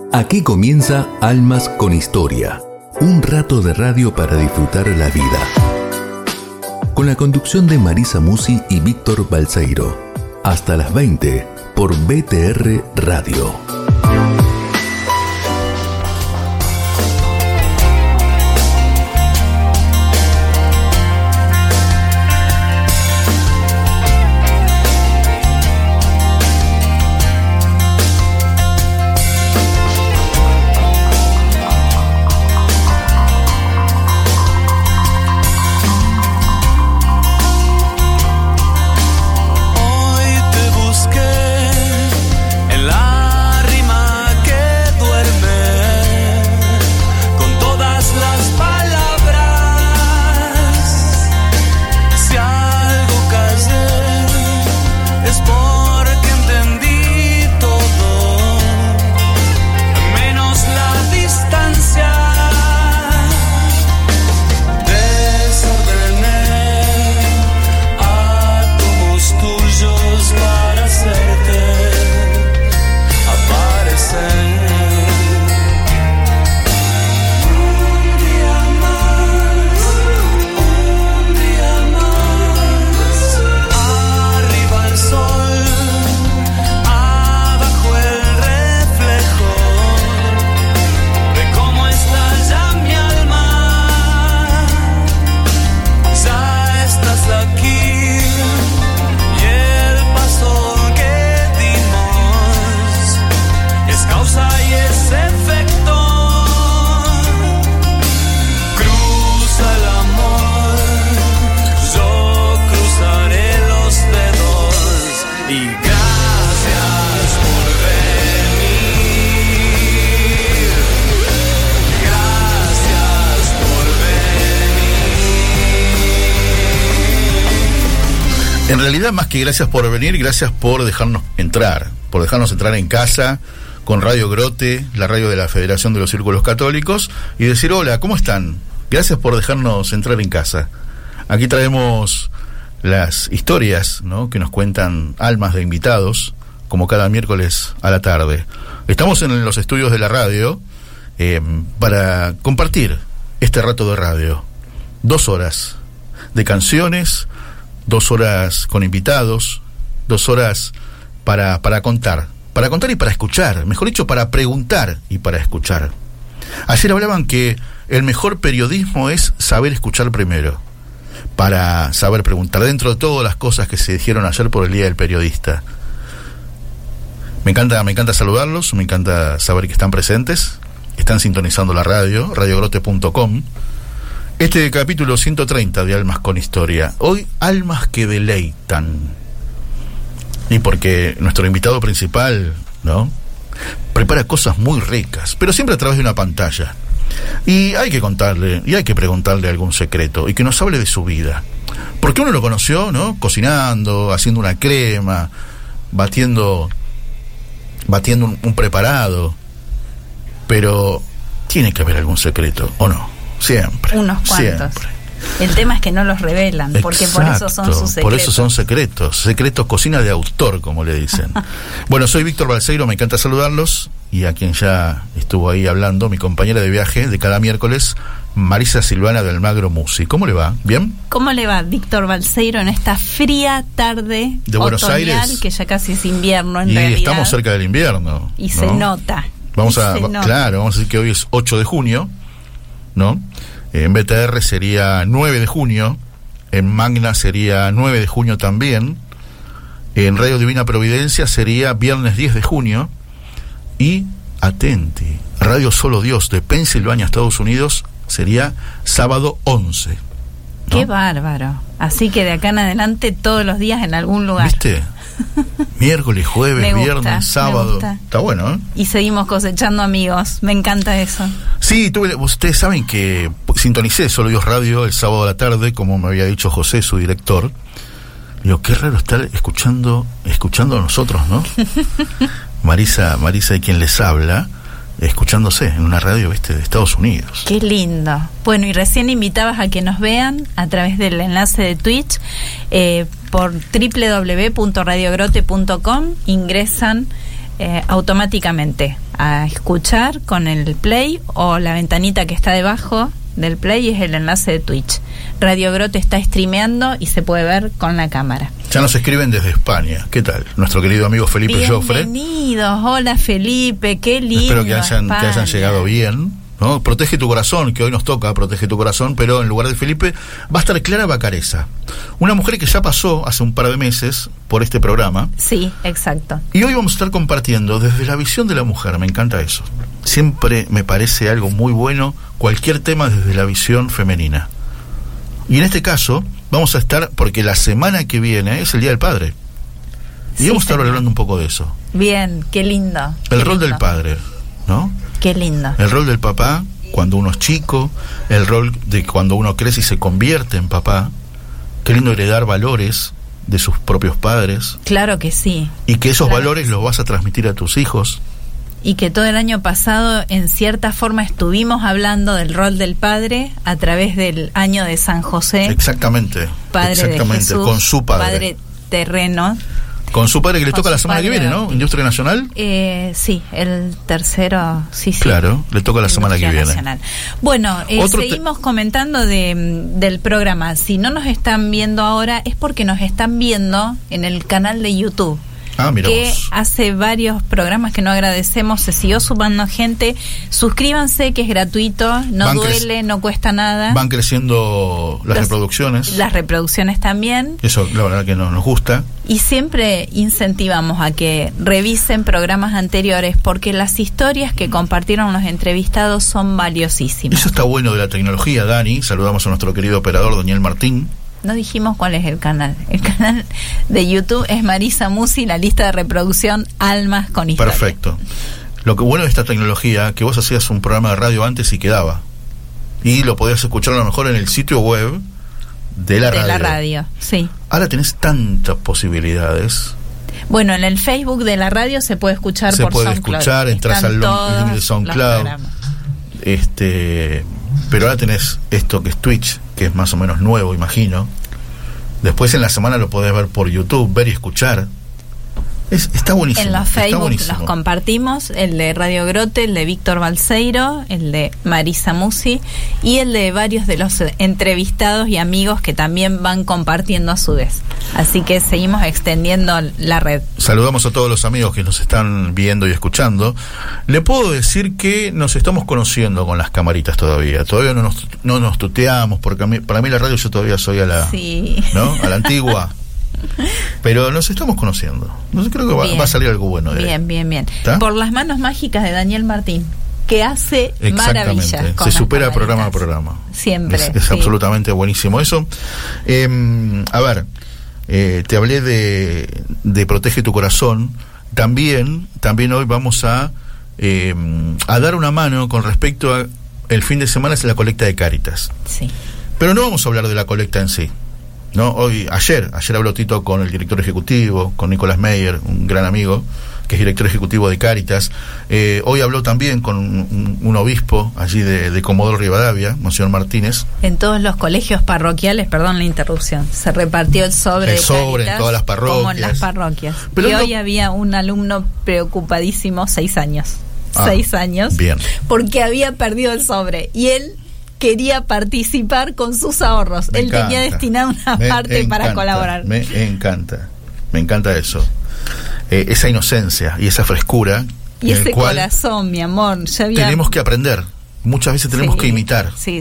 Aquí comienza Almas con Historia, un rato de radio para disfrutar la vida. Con la conducción de Marisa Musi y Víctor Balseiro. Hasta las 20 por BTR Radio. En realidad, más que gracias por venir, gracias por dejarnos entrar en casa con Radio Grote, la radio de la Federación de los Círculos Católicos, y decir hola, ¿cómo están? Gracias por dejarnos entrar en casa. Aquí traemos las historias, ¿no?, que nos cuentan almas de invitados, como cada miércoles a la tarde. Estamos en los estudios de la radio para compartir este rato de radio. 2 horas de canciones, 2 horas con invitados, 2 horas para contar y para escuchar, mejor dicho, para preguntar y para escuchar. Ayer hablaban que el mejor periodismo es saber escuchar primero, para saber preguntar, dentro de todas las cosas que se dijeron ayer por el Día del Periodista. Me encanta saludarlos, me encanta saber que están presentes, están sintonizando la radio, radiogrote.com. Este capítulo 130 de Almas con Historia. Hoy, almas que deleitan. Y porque nuestro invitado principal, ¿no?, prepara cosas muy ricas, pero siempre a través de una pantalla. Y hay que contarle, y hay que preguntarle algún secreto, y que nos hable de su vida. Porque uno lo conoció, ¿no?, cocinando, haciendo una crema, batiendo un preparado. Pero tiene que haber algún secreto, ¿o no? Siempre. Unos cuantos. Siempre. El tema es que no los revelan. Exacto, porque por eso son sus secretos. Por eso son secretos, cocina de autor, como le dicen. Bueno, soy Víctor Balseiro, me encanta saludarlos, y a quien ya estuvo ahí hablando, mi compañera de viaje de cada miércoles, Marisa Silvana de Almagro Musi. ¿Cómo le va? ¿Bien? ¿Cómo le va, Víctor Balseiro, en esta fría tarde de Buenos otoñal, Aires? Que ya casi es invierno en y realidad. Estamos cerca del invierno. Y ¿no? se nota. Vamos a decir que hoy es 8 de junio, ¿no? En BTR sería 9 de junio, en Magna sería 9 de junio también, en Radio Divina Providencia sería viernes 10 de junio, y atenti, Radio Solo Dios de Pensilvania, Estados Unidos, sería sábado 11. ¿no? Qué bárbaro. Así que de acá en adelante todos los días en algún lugar. ¿Viste? Miércoles, jueves, viernes, sábado. Está bueno, ¿eh? Y seguimos cosechando amigos. Me encanta eso. Sí, ustedes saben que sintonicé Solo Dios Radio el sábado a la tarde, como me había dicho José, su director. Digo, qué raro estar escuchando a nosotros, ¿no? Marisa y quien les habla, escuchándose en una radio, ¿viste?, de Estados Unidos. Qué lindo. Bueno, y recién invitabas a que nos vean a través del enlace de Twitch por www.radiogrote.com. Ingresan automáticamente a escuchar con el play, o la ventanita que está debajo del play es el enlace de Twitch. Radio Grote está streameando y se puede ver con la cámara. Ya nos escriben desde España. ¿Qué tal? Nuestro querido amigo Felipe Joffre. Bienvenidos, hola Felipe, qué lindo. Espero que hayan llegado bien, ¿no? Protege tu corazón, que hoy nos toca Protege tu corazón, pero en lugar de Felipe va a estar Clara Bacareza, una mujer que ya pasó hace un par de meses por este programa. Sí, exacto. Y hoy vamos a estar compartiendo desde la visión de la mujer. Me encanta eso. Siempre me parece algo muy bueno cualquier tema desde la visión femenina. Y en este caso vamos a estar, porque la semana que viene es el Día del Padre, y sí, vamos a estar hablando un poco de eso. Bien, qué lindo. El rol del padre, ¿no? Qué lindo. El rol del papá cuando uno es chico, el rol de cuando uno crece y se convierte en papá. Qué lindo heredar valores de sus propios padres. Claro que sí. Y que esos valores los vas a transmitir a tus hijos. Y que todo el año pasado, en cierta forma, estuvimos hablando del rol del padre a través del año de San José. Exactamente. Padre exactamente, de Jesús, con su padre. Padre terreno. Con su padre, que le toca la semana que viene, ¿no? Industria Nacional. Sí, el tercero, sí. Claro, le toca la semana que viene. Nacional. Bueno, seguimos comentando del programa. Si no nos están viendo ahora, es porque nos están viendo en el canal de YouTube. Mira que vos. Hace varios programas que no agradecemos, se siguió sumando gente. Suscríbanse, que es gratuito, no duele, no cuesta nada. Van creciendo las reproducciones. Las reproducciones también. Eso, la verdad que nos gusta. Y siempre incentivamos a que revisen programas anteriores, porque las historias que compartieron los entrevistados son valiosísimas. Eso está bueno de la tecnología, Dani. Saludamos a nuestro querido operador, Daniel Martín. No dijimos cuál es el canal. El canal de YouTube es Marisa Musi, la lista de reproducción Almas con Historia. Perfecto. Lo que bueno de esta tecnología, que vos hacías un programa de radio antes y quedaba. Y lo podías escuchar a lo mejor en el sitio web de la radio. De la radio, sí. Ahora tenés tantas posibilidades. Bueno, en el Facebook de la radio se puede escuchar por SoundCloud. Se puede escuchar, entras al link de SoundCloud. Pero ahora tenés esto que es Twitch, que es más o menos nuevo, imagino. Después en la semana lo podés ver por YouTube, ver y escuchar. Está buenísimo. En los Facebook los compartimos, el de Radio Grote, el de Víctor Balseiro, el de Marisa Musi y el de varios de los entrevistados y amigos que también van compartiendo a su vez. Así que seguimos extendiendo la red. Saludamos a todos los amigos que nos están viendo y escuchando. Le puedo decir que nos estamos conociendo con las camaritas todavía. Todavía no nos tuteamos, porque para mí la radio yo todavía soy a la antigua. Pero nos estamos conociendo. Creo que va a salir algo bueno de ahí. Bien. ¿Está? Por las manos mágicas de Daniel Martín, que hace maravillas. Se supera programa a programa. Siempre. Es absolutamente buenísimo eso. A ver, te hablé de Protege tu corazón. También hoy vamos a dar una mano con respecto a el fin de semana es la colecta de Cáritas. Sí. Pero no vamos a hablar de la colecta en sí. ¿No? Ayer habló Tito con el director ejecutivo, con Nicolás Meyer, un gran amigo, que es director ejecutivo de Cáritas. Hoy habló también con un obispo allí de Comodoro Rivadavia, Monseñor Martínez. En todos los colegios parroquiales, perdón la interrupción, se repartió el sobre de Cáritas, en todas las parroquias. Como en las parroquias. Pero y hoy había un alumno preocupadísimo, 6 años. 6 años. Bien. Porque había perdido el sobre. Y él quería participar con sus ahorros. Él tenía destinado una parte para colaborar. Me encanta eso. Esa inocencia y esa frescura. Y ese corazón, mi amor. Tenemos que aprender. Muchas veces tenemos que imitar. Sí.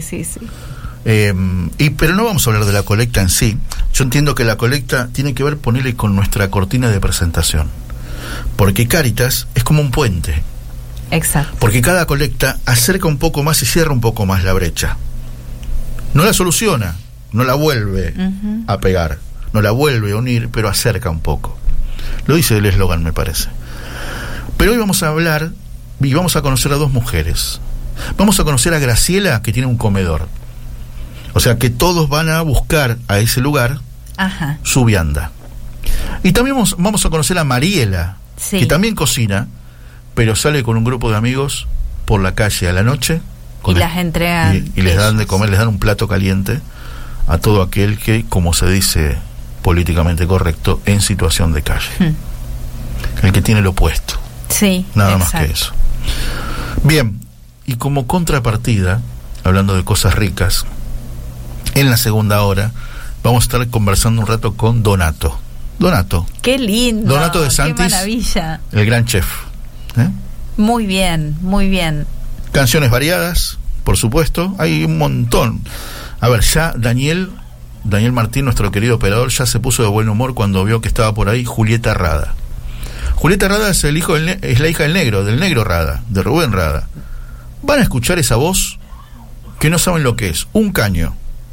Pero no vamos a hablar de la colecta en sí. Yo entiendo que la colecta tiene que ver, ponerle con nuestra cortina de presentación. Porque Cáritas es como un puente. Exacto. Porque cada colecta acerca un poco más y cierra un poco más la brecha. No la soluciona, no la vuelve a pegar, no la vuelve a unir, pero acerca un poco. Lo dice el eslogan, me parece. Pero hoy vamos a hablar y vamos a conocer a 2 mujeres. Vamos a conocer a Graciela, que tiene un comedor. O sea que todos van a buscar a ese lugar su vianda. Y también vamos a conocer a Mariela, que también cocina, pero sale con un grupo de amigos por la calle a la noche y las entregan y les dan de comer, les dan un plato caliente a todo aquel que, como se dice políticamente correcto, en situación de calle, el que tiene lo opuesto. Sí, nada exacto. más que eso. Bien, y como contrapartida, hablando de cosas ricas, en la segunda hora vamos a estar conversando un rato con Donato. Qué lindo. Donato de Santis, qué maravilla. el gran chef. Muy bien, muy bien. Canciones variadas, por supuesto, hay un montón. A ver, ya Daniel Martín, nuestro querido operador, ya se puso de buen humor cuando vio que estaba por ahí Julieta Rada. Julieta Rada es es la hija del negro Rada, de Rubén Rada. Van a escuchar esa voz que no saben lo que es, un caño.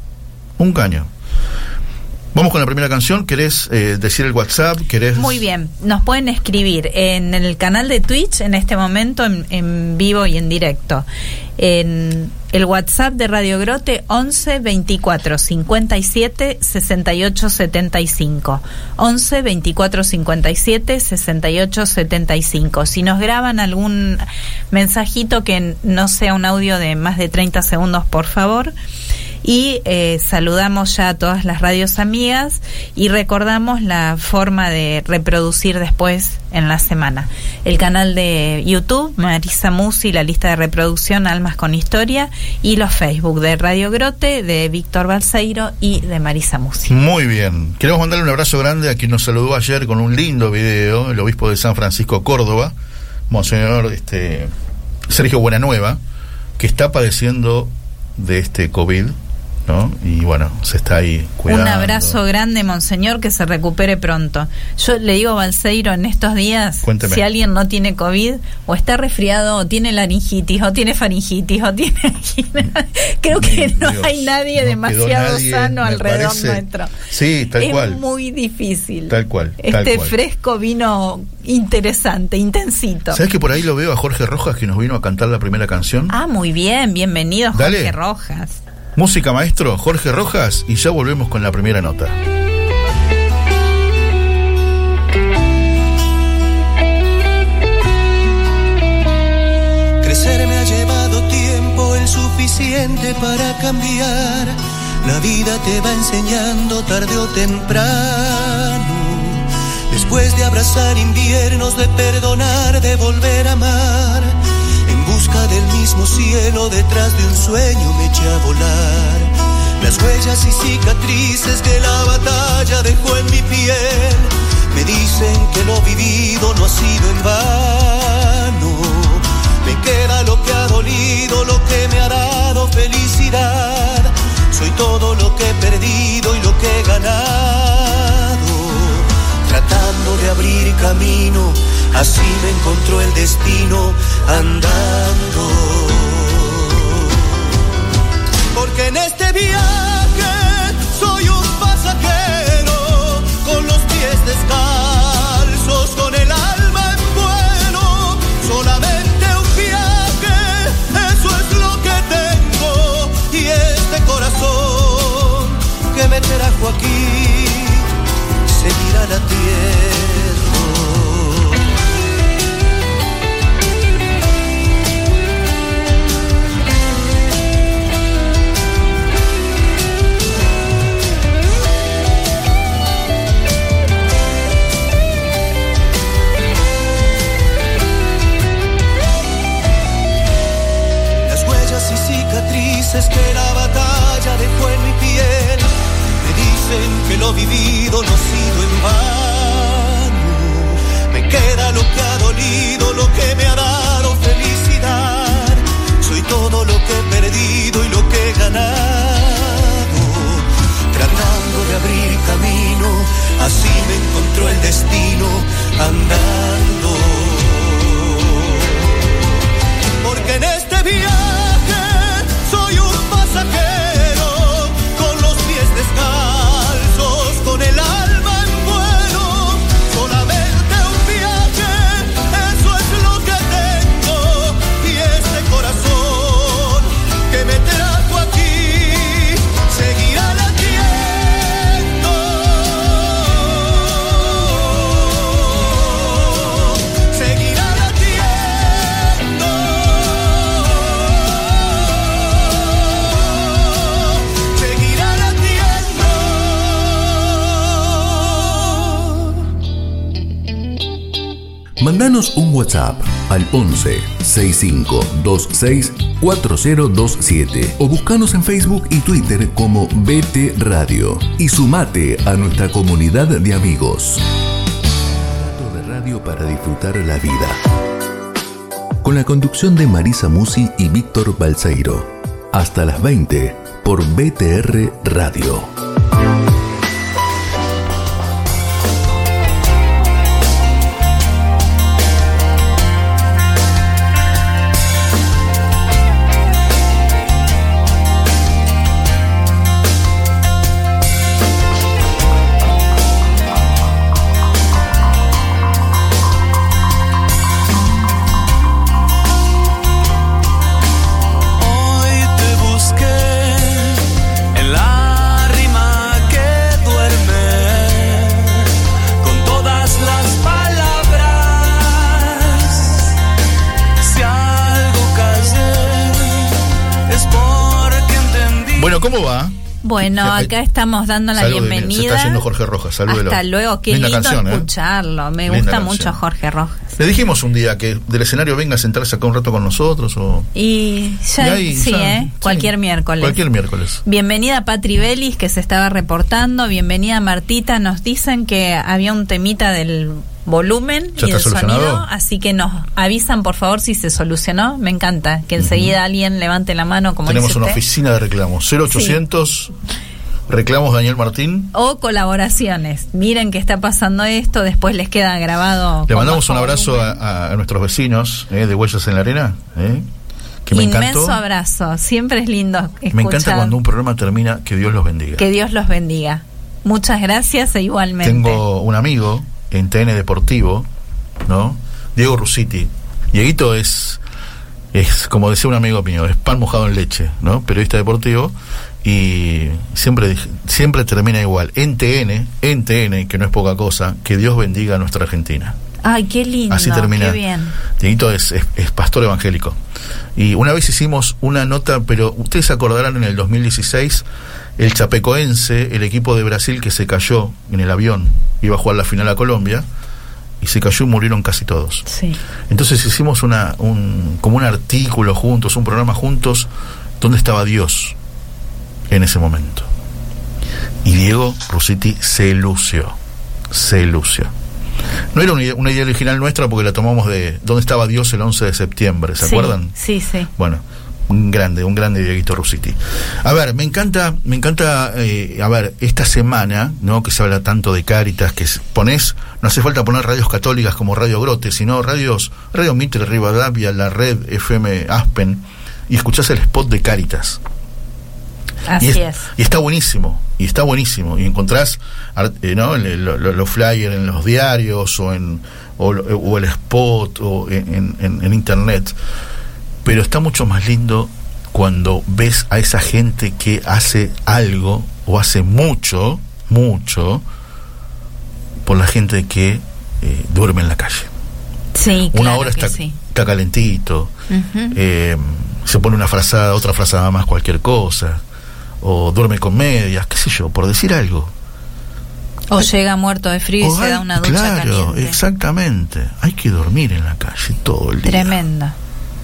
Vamos con la primera canción. ¿Querés decir el WhatsApp? Muy bien, nos pueden escribir en el canal de Twitch en este momento en vivo y en directo. En el WhatsApp de Radio Grote 11 24 57 68 75. 11 24 57 68 75. Si nos graban algún mensajito que no sea un audio de más de 30 segundos, por favor. Y saludamos ya a todas las radios amigas y recordamos la forma de reproducir después en la semana. El canal de YouTube, Marisa Musi, la lista de reproducción Almas con Historia, y los Facebook de Radio Grote, de Víctor Balseiro y de Marisa Musi. Muy bien. Queremos mandarle un abrazo grande a quien nos saludó ayer con un lindo video, el obispo de San Francisco, Córdoba, Monseñor Sergio Buenanueva, que está padeciendo de este COVID, ¿no? Y bueno, se está ahí cuidando. Un abrazo grande, monseñor, que se recupere pronto. Yo le digo a Balseiro en estos días, Cuénteme. Si alguien no tiene COVID, o está resfriado, o tiene laringitis, o tiene faringitis, o tiene creo que no Dios, hay nadie no demasiado quedó nadie, sano me alrededor parece. nuestro. Sí, tal cual. Es muy difícil. Tal cual. Fresco vino interesante, intensito. ¿Sabes que por ahí lo veo a Jorge Rojas, que nos vino a cantar la primera canción? Ah, muy bien, bienvenido, Jorge Dale. Rojas. Música, maestro, Jorge Rojas, y ya volvemos con la primera nota. Crecer me ha llevado tiempo el suficiente para cambiar. La vida te va enseñando tarde o temprano. Después de abrazar inviernos, de perdonar, de volver a amar, en busca del mismo cielo, detrás de un sueño me eché a volar. Las huellas y cicatrices que la batalla dejó en mi piel me dicen que lo vivido no ha sido en vano. Me queda lo que ha dolido, lo que me ha dado felicidad. Soy todo lo que he perdido y lo que he ganado. Tratando de abrir camino, así me encontró el destino andando. Porque en este viaje soy un pasajero, con los pies descalzos, con el alma en vuelo. Solamente un viaje, eso es lo que tengo. Y este corazón que me trajo aquí seguirá la tierra. Que la batalla dejó en mi piel me dicen que lo vivido no ha sido en vano. Me queda lo que ha dolido, lo que me ha dado felicidad. Soy todo lo que he perdido y lo que he ganado. Tratando de abrir camino, así me encontró el destino andando. Porque en este viaje soy un pasajero, con los pies descalzos, con el alma en vuelo. Solamente un viaje, eso es lo que tengo. Y este corazón que me trajo aquí seguirá latiendo. Mandanos un WhatsApp al 11 6526 4027 o buscanos en Facebook y Twitter como BT Radio y sumate a nuestra comunidad de amigos. Un rato de radio para disfrutar la vida. Con la conducción de Marisa Musi y Víctor Balseiro. Hasta las 20 por BTR Radio. ¿Cómo va? Bueno, acá estamos dando la bienvenida. Se está yendo Jorge Rojas, salúdelo. Hasta luego, qué lindo canción, escucharlo. Me gusta canción. Mucho Jorge Rojas. Le dijimos un día que del escenario venga a sentarse acá un rato con nosotros. Y ya, y ahí, sí, cualquier miércoles. Cualquier miércoles. Bienvenida Patri Belis, que se estaba reportando. Bienvenida Martita. Nos dicen que había un temita del volumen y el sonido, así que nos avisan por favor si se solucionó. Me encanta que enseguida alguien levante la mano, como tenemos una oficina de reclamos 0800 reclamos Daniel Martín o colaboraciones. Miren que está pasando esto, después les queda grabado. Le mandamos un abrazo a nuestros vecinos de Huellas en la Arena, que me inmenso encantó. Abrazo, siempre es lindo escuchar. Me encanta cuando un programa termina. Que Dios los bendiga. Que Dios los bendiga. Muchas gracias e igualmente. Tengo un amigo en TN Deportivo, ¿no? Diego Rusiti. Dieguito es como decía un amigo mío, es pan mojado en leche, ¿no? Periodista deportivo, y siempre termina igual. En TN, que no es poca cosa, que Dios bendiga a nuestra Argentina. Ay, qué lindo. Así termina. Qué bien. Dieguito es pastor evangélico. Y una vez hicimos una nota, pero ustedes se acordarán, en el 2016, el Chapecoense, el equipo de Brasil que se cayó en el avión, iba a jugar la final a Colombia, y se cayó y murieron casi todos. Sí. Entonces hicimos como un artículo juntos, un programa juntos, donde estaba Dios en ese momento. Y Diego Rusiti se lució. No era una idea original nuestra, porque la tomamos de ¿Dónde estaba Dios el 11 de septiembre? ¿Se acuerdan? Sí. Bueno, un grande Dieguito Rusiti. A ver, me encanta esta semana, ¿no? Que se habla tanto de Cáritas, que pones, no hace falta poner radios católicas como Radio Grote, sino Radio Mitre, Rivadavia, La Red, FM Aspen, y escuchás el spot de Cáritas. Así es. Y está buenísimo. Y encontrás los flyers en los diarios o el spot o en internet. Pero está mucho más lindo cuando ves a esa gente que hace algo o hace mucho por la gente que duerme en la calle. Sí, claro. Una hora está calentito, se pone otra frazada más, cualquier cosa, o duerme con medias, qué sé yo, por decir algo. O llega muerto de frío y se da una ducha caliente. Claro, exactamente. Hay que dormir en la calle todo el día. Tremenda.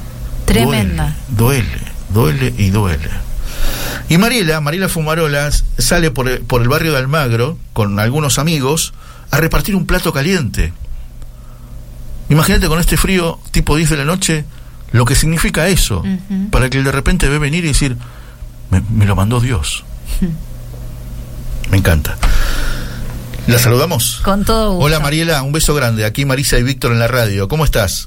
Duele. Y Mariela Fumarola sale por el barrio de Almagro con algunos amigos a repartir un plato caliente. Imagínate con este frío, tipo 10 de la noche, lo que significa eso, para que de repente ve venir y decir, me lo mandó Dios. Me encanta. ¿La saludamos? Con todo gusto. Hola Mariela, un beso grande. Aquí Marisa y Víctor en la radio. ¿Cómo estás?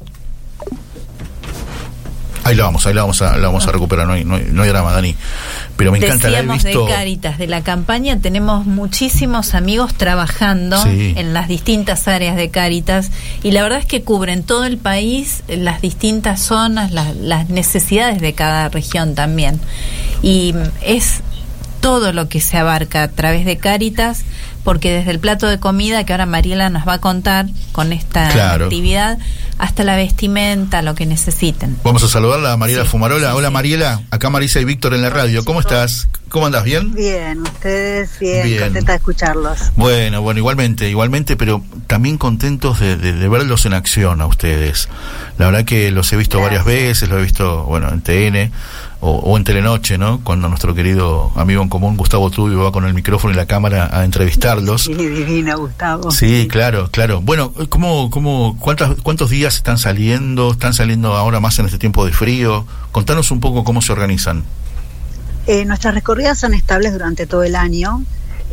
Ahí la vamos a recuperar, no hay drama, Dani. Pero me encanta. Decíamos de Cáritas, de la campaña, tenemos muchísimos amigos trabajando en las distintas áreas de Cáritas, y la verdad es que cubren todo el país, las distintas zonas, las necesidades de cada región también. Y es todo lo que se abarca a través de Cáritas, porque desde el plato de comida, que ahora Mariela nos va a contar con esta actividad, hasta la vestimenta, lo que necesiten. Vamos a saludarla a Mariela Fumarola. Hola Mariela, acá Marisa y Víctor en la radio. ¿Cómo estás? ¿Cómo andás? ¿Bien? Bien, ustedes bien, Bien. contenta de escucharlos. Bueno, igualmente, pero también contentos de verlos en acción a ustedes. La verdad que los he visto varias veces, los he visto, bueno, en TN o en Telenoche, ¿no? Cuando nuestro querido amigo en común, Gustavo Tubio, va con el micrófono y la cámara a entrevistarlos. Sí, divino, Gustavo. Sí, claro. Bueno, ¿cuántos días están saliendo? ¿Están saliendo ahora más en este tiempo de frío? Contanos un poco cómo se organizan. Nuestras recorridas son estables durante todo el año.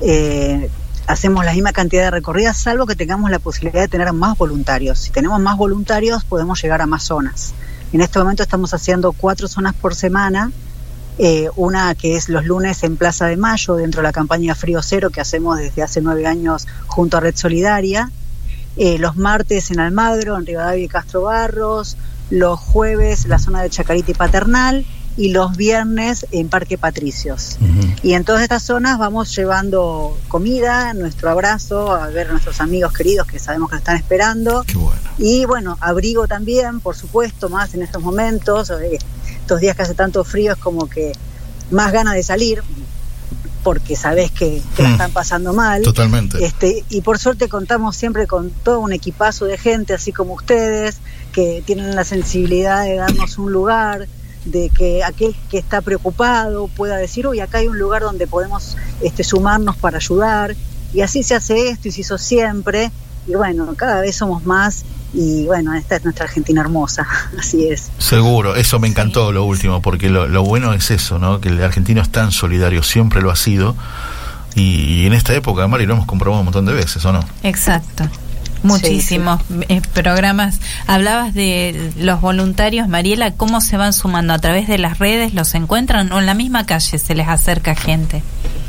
Hacemos la misma cantidad de recorridas, salvo que tengamos la posibilidad de tener más voluntarios. Si tenemos más voluntarios, podemos llegar a más zonas. En este momento estamos haciendo 4 zonas por semana. Una que es los lunes en Plaza de Mayo, dentro de la campaña Frío Cero que hacemos desde hace 9 años junto a Red Solidaria. Los martes en Almagro, en Rivadavia y Castro Barros. Los jueves la zona de Chacarita y Paternal. Y los viernes en Parque Patricios. Uh-huh. Y en todas estas zonas vamos llevando comida, nuestro abrazo, a ver a nuestros amigos queridos que sabemos que nos están esperando. Qué bueno. Y bueno, abrigo también, por supuesto, más en estos momentos. Estos días que hace tanto frío es como que más ganas de salir, porque sabés que la están pasando mal. Totalmente. Y por suerte contamos siempre con todo un equipazo de gente, así como ustedes, que tienen la sensibilidad de darnos un lugar, de que aquel que está preocupado pueda decir, uy, acá hay un lugar donde podemos sumarnos para ayudar, y así se hace esto y se hizo siempre, y bueno, cada vez somos más, y bueno, esta es nuestra Argentina hermosa, así es. Seguro, eso me encantó lo último, porque lo bueno es eso, ¿no? Que el argentino es tan solidario, siempre lo ha sido, y en esta época, Mari, lo hemos comprobado un montón de veces, ¿o no? Exacto. Muchísimos programas. Hablabas de los voluntarios, Mariela, ¿cómo se van sumando? ¿A través de las redes los encuentran o en la misma calle se les acerca gente?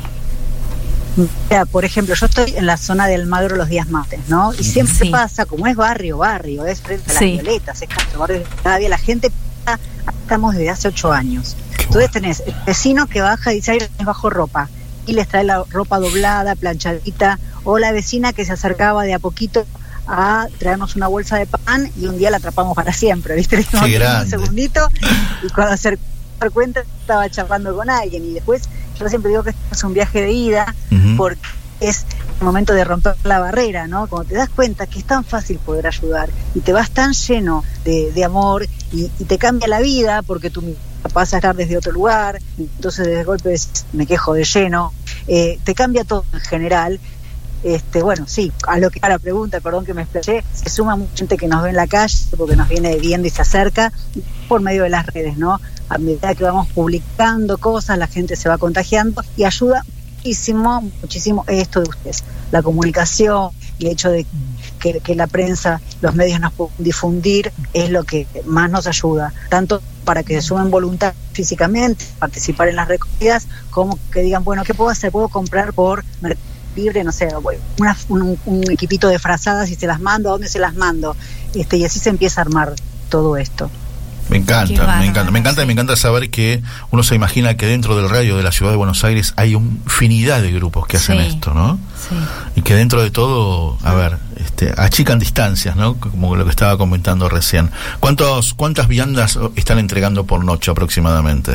Mira, por ejemplo, yo estoy en la zona de Almagro los días martes, ¿no? Y siempre pasa, como es barrio, es frente a las Violetas, es Castro Barrio, todavía la gente estamos desde hace 8 años. Entonces tenés el vecino que baja y dice, ahí les bajo ropa, y les trae la ropa doblada, planchadita, o la vecina que se acercaba de a poquito a traernos una bolsa de pan y un día la atrapamos para siempre, ¿viste? Le dimos un segundito y cuando se dio cuenta estaba charlando con alguien, y después yo siempre digo que esto es un viaje de ida, porque es el momento de romper la barrera, ¿no? Cuando te das cuenta que es tan fácil poder ayudar y te vas tan lleno de amor y te cambia la vida, porque tú pasas a estar desde otro lugar, entonces de golpe me quejo de lleno, te cambia todo en general. Bueno, sí, a la pregunta, perdón que me explayé, se suma mucha gente que nos ve en la calle porque nos viene viendo y se acerca por medio de las redes, ¿no? A medida que vamos publicando cosas, la gente se va contagiando y ayuda muchísimo esto de ustedes, la comunicación, el hecho de que la prensa, los medios nos puedan difundir, es lo que más nos ayuda, tanto para que se sumen voluntarios físicamente, participar en las recorridas, como que digan, bueno, ¿qué puedo hacer? ¿Puedo comprar por Mercado Libre, no sé, un equipito de frazadas y se las mando? ¿A dónde se las mando? Y así se empieza a armar todo esto. Me encanta saber que uno se imagina que dentro del radio de la ciudad de Buenos Aires hay infinidad de grupos que hacen esto, ¿no? Sí. Y que dentro de todo, achican distancias, ¿no? Como lo que estaba comentando recién. ¿Cuántas viandas están entregando por noche aproximadamente?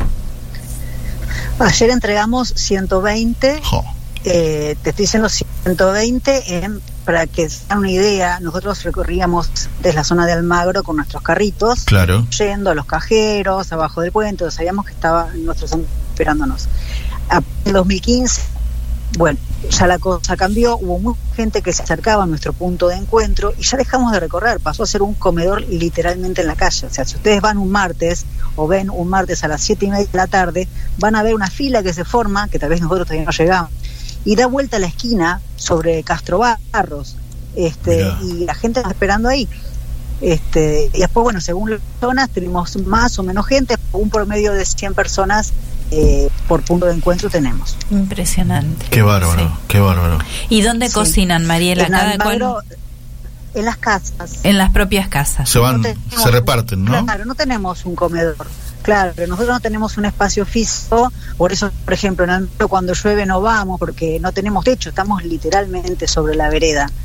Ayer entregamos 120. Te estoy diciendo 120 para que se den una idea. Nosotros recorríamos desde la zona de Almagro con nuestros carritos, yendo a los cajeros, abajo del puente, sabíamos que estaba nuestros amigos esperándonos. En 2015, bueno, ya la cosa cambió, hubo mucha gente que se acercaba a nuestro punto de encuentro y ya dejamos de recorrer, pasó a ser un comedor literalmente en la calle. O sea, si ustedes van un martes o ven un martes a las 7:30 de la tarde, van a ver una fila que se forma, que tal vez nosotros todavía no llegamos, y da vuelta a la esquina sobre Castro Barros, y la gente está esperando ahí. Y después, bueno, según las zonas tenemos más o menos gente, un promedio de 100 personas por punto de encuentro tenemos. Impresionante. Qué bárbaro, qué bárbaro. ¿Y dónde cocinan, Mariela? En las casas. En las propias casas. Se reparten, ¿no? Claro, no tenemos un comedor. Claro, pero nosotros no tenemos un espacio físico, por eso, por ejemplo, en el cuando llueve no vamos, porque no tenemos techo, estamos literalmente sobre la vereda.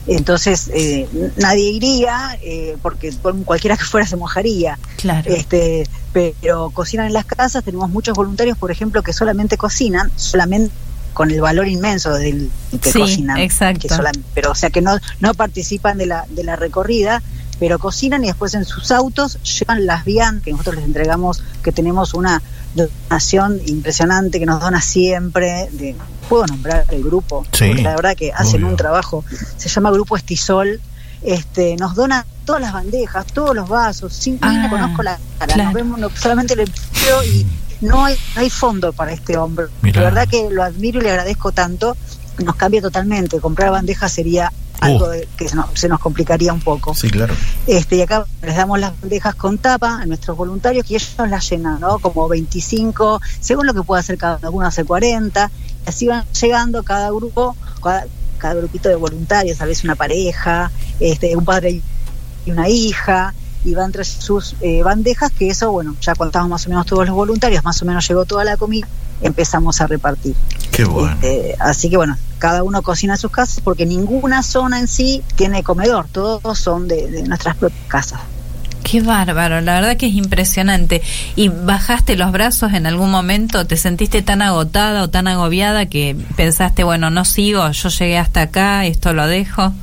Entonces nadie iría porque cualquiera que fuera se mojaría. Claro. Pero cocinan en las casas. Tenemos muchos voluntarios, por ejemplo, que solamente cocinan, solamente con el valor inmenso del que cocinan. Exacto. Pero o sea que no participan de la recorrida, pero cocinan y después en sus autos llevan las viandas que nosotros les entregamos, que tenemos una donación impresionante que nos dona siempre. Puedo nombrar el grupo, sí, porque la verdad que hacen obvio. un trabajo, se llama Grupo Estisol. Nos dona todas las bandejas, todos los vasos, sin ni le conozco la cara, claro. nos vemos, solamente le pido y no hay fondo para este hombre. Mirá. La verdad que lo admiro y le agradezco tanto. Nos cambia totalmente. Comprar bandejas sería algo que se nos complicaría un poco. Sí, claro. Y acá les damos las bandejas con tapa a nuestros voluntarios y ellos las llenan, ¿no? Como 25, según lo que pueda hacer cada uno, algunos hace 40, y así van llegando cada grupo, cada grupito de voluntarios, a veces una pareja, un padre y una hija, y van tras sus bandejas, que eso, bueno, ya contamos más o menos todos los voluntarios, más o menos llegó toda la comida, empezamos a repartir. Qué bueno. Así que bueno, cada uno cocina en sus casas porque ninguna zona en sí tiene comedor, todos son de nuestras propias casas. Qué bárbaro, la verdad que es impresionante. ¿Y bajaste los brazos en algún momento? ¿Te sentiste tan agotada o tan agobiada que pensaste, bueno, no sigo, yo llegué hasta acá, esto lo dejo?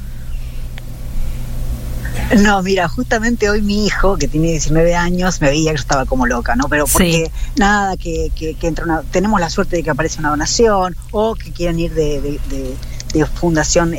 No, mira, justamente hoy mi hijo, que tiene 19 años, me veía que yo estaba como loca, ¿no? Pero porque nada, que entra tenemos la suerte de que aparece una donación, o que quieren ir de fundación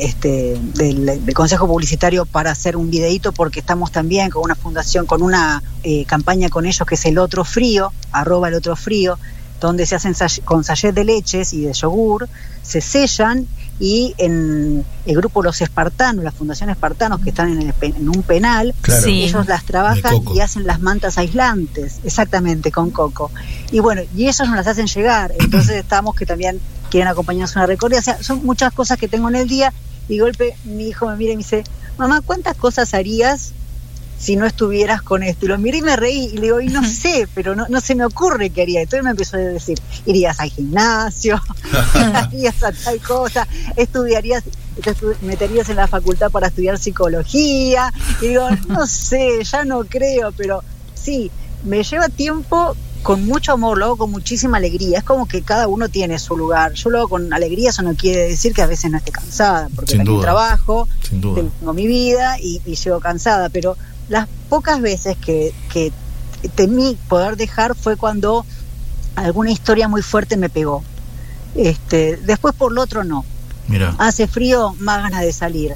del Consejo Publicitario para hacer un videíto, porque estamos también con una fundación, con una campaña con ellos que es el Otro Frío, @elOtroFrío, donde se hacen con sachet de leches y de yogur, se sellan, y en el grupo Los Espartanos, la Fundación Espartanos, que están en un penal, claro. Ellos las trabajan y hacen las mantas aislantes, exactamente, con coco. Y bueno, y ellos nos las hacen llegar, entonces estamos que también quieren acompañarnos a una recorrida. O sea, son muchas cosas que tengo en el día, y de golpe mi hijo me mira y me dice, mamá, ¿cuántas cosas harías si no estuvieras con esto? Y lo miré y me reí, y le digo, y no sé, pero no se me ocurre qué haría. Entonces me empezó a decir, irías al gimnasio, irías a tal cosa, estudiarías, te meterías en la facultad para estudiar psicología. Y digo, no sé, ya no creo, pero sí, me lleva tiempo con mucho amor, lo hago con muchísima alegría. Es como que cada uno tiene su lugar. Yo lo hago con alegría, eso no quiere decir que a veces no esté cansada, porque también trabajo, tengo mi vida y llego cansada, pero las pocas veces que temí poder dejar fue cuando alguna historia muy fuerte me pegó. Después por lo otro no. Mira. Hace frío, más ganas de salir.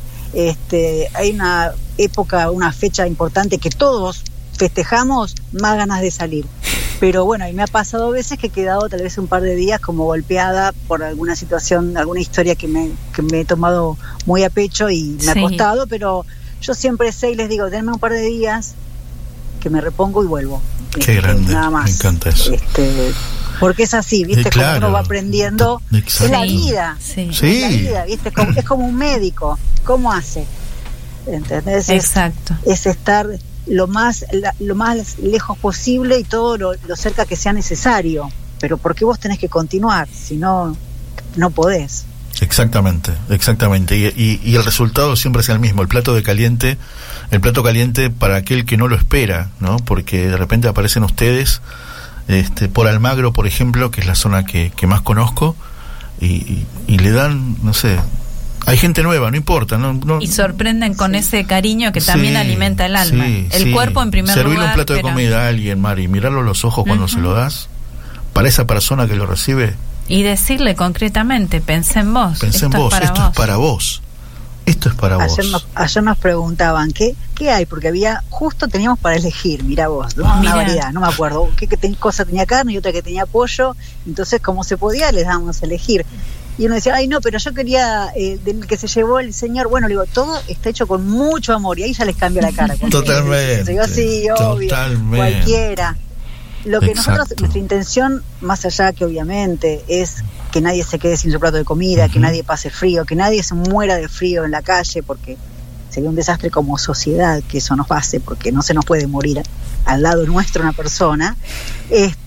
Hay una época, una fecha importante que todos festejamos, más ganas de salir. Pero bueno, y me ha pasado veces que he quedado tal vez un par de días como golpeada por alguna situación, alguna historia que me he tomado muy a pecho y me ha costado, pero yo siempre sé y les digo, denme un par de días que me repongo y vuelvo. Qué grande, nada más. me encanta eso. Porque es así, ¿viste? Claro. Como uno va aprendiendo, Exacto. es la vida. Sí. Es la vida, ¿viste? Es como un médico, ¿cómo hace? ¿Entendés? Exacto. Es estar lo más lejos posible y todo lo cerca que sea necesario. Pero porque vos tenés que continuar, si no, no podés. Exactamente. Y el resultado siempre es el mismo, el plato caliente para aquel que no lo espera, ¿no? Porque de repente aparecen ustedes por Almagro, por ejemplo, que es la zona que más conozco, y le dan, no sé, hay gente nueva, no importa, no y sorprenden con ese cariño que también alimenta el alma, el cuerpo en primer lugar. Servirle un plato de comida a alguien, Mari, mirarlo a los ojos cuando se lo das, para esa persona que lo recibe, y decirle concretamente, pensé en vos, esto es para vos. Esto es para vos. Ayer nos preguntaban, ¿qué hay? Porque justo teníamos para elegir, mira vos, ¿no? Una variedad, no me acuerdo qué cosa tenía carne y otra que tenía pollo, entonces como se podía les dábamos a elegir. Y uno decía, ay no, pero yo quería del que se llevó el señor. Bueno, le digo, todo está hecho con mucho amor, y ahí ya les cambia la cara. Totalmente. Digo, sí, obvio, cualquiera. Lo que nosotros, nuestra intención, más allá que obviamente es que nadie se quede sin su plato de comida, que nadie pase frío, que nadie se muera de frío en la calle, porque sería un desastre como sociedad que eso nos pase, porque no se nos puede morir al lado nuestro una persona, es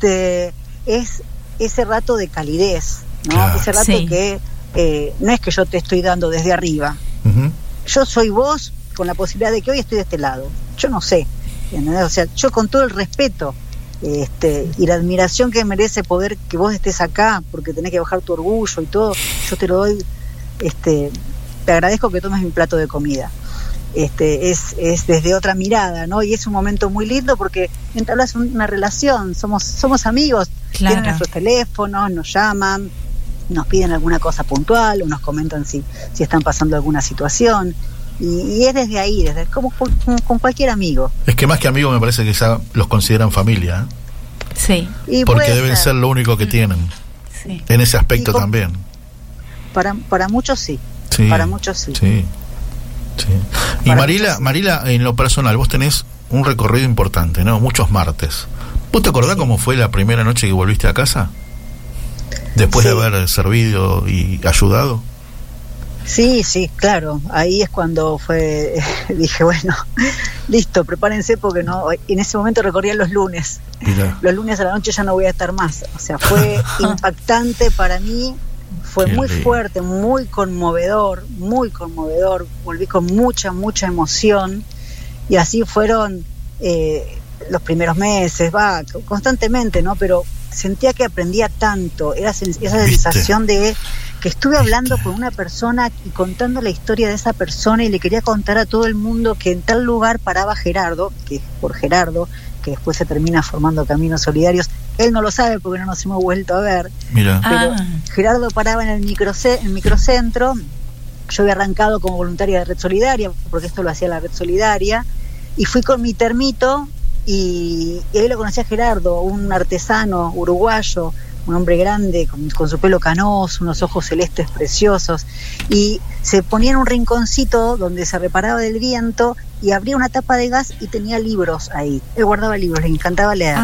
ese rato de calidez, ¿no? Claro. Ese rato que no es que yo te estoy dando desde arriba, yo soy vos con la posibilidad de que hoy estoy de este lado. Yo no sé, ¿entendés? O sea, yo con todo el respeto y la admiración que merece poder que vos estés acá, porque tenés que bajar tu orgullo y todo, yo te lo doy, te agradezco que tomes mi plato de comida. Es desde otra mirada, ¿no? Y es un momento muy lindo porque entablas una relación, somos amigos, claro. Tienen nuestros teléfonos, nos llaman, nos piden alguna cosa puntual o nos comentan si están pasando alguna situación. Y es desde ahí, desde como con cualquier amigo. Es que más que amigos me parece que ya los consideran familia, ¿eh? Sí. Y porque deben ser lo único que tienen. Sí. En ese aspecto también. Para muchos sí. Para muchos sí. Sí. Y Marila, en lo personal, vos tenés un recorrido importante, ¿no? Muchos martes. ¿Vos te acordás cómo fue la primera noche que volviste a casa? Después de haber servido y ayudado. Sí, claro. Ahí es cuando dije, bueno, listo, prepárense porque no. En ese momento recorría los lunes. Mirá. Los lunes a la noche ya no voy a estar más. O sea, fue impactante para mí. Fue muy fuerte, muy conmovedor. Volví con mucha emoción. Y así fueron los primeros meses, constantemente, ¿no? Pero sentía que aprendía tanto. Era esa sensación de que estuve hablando con una persona y contando la historia de esa persona y le quería contar a todo el mundo que en tal lugar paraba Gerardo, que es por Gerardo, que después se termina formando Caminos Solidarios. Él no lo sabe porque no nos hemos vuelto a ver. Mira. Pero Gerardo paraba en el microcentro. Yo había arrancado como voluntaria de Red Solidaria, porque esto lo hacía la Red Solidaria, y fui con mi termito y ahí lo conocí a Gerardo, un artesano uruguayo, un hombre grande, con su pelo canoso, unos ojos celestes preciosos, y se ponía en un rinconcito donde se reparaba del viento y abría una tapa de gas y tenía libros ahí. Él guardaba libros, le encantaba leer.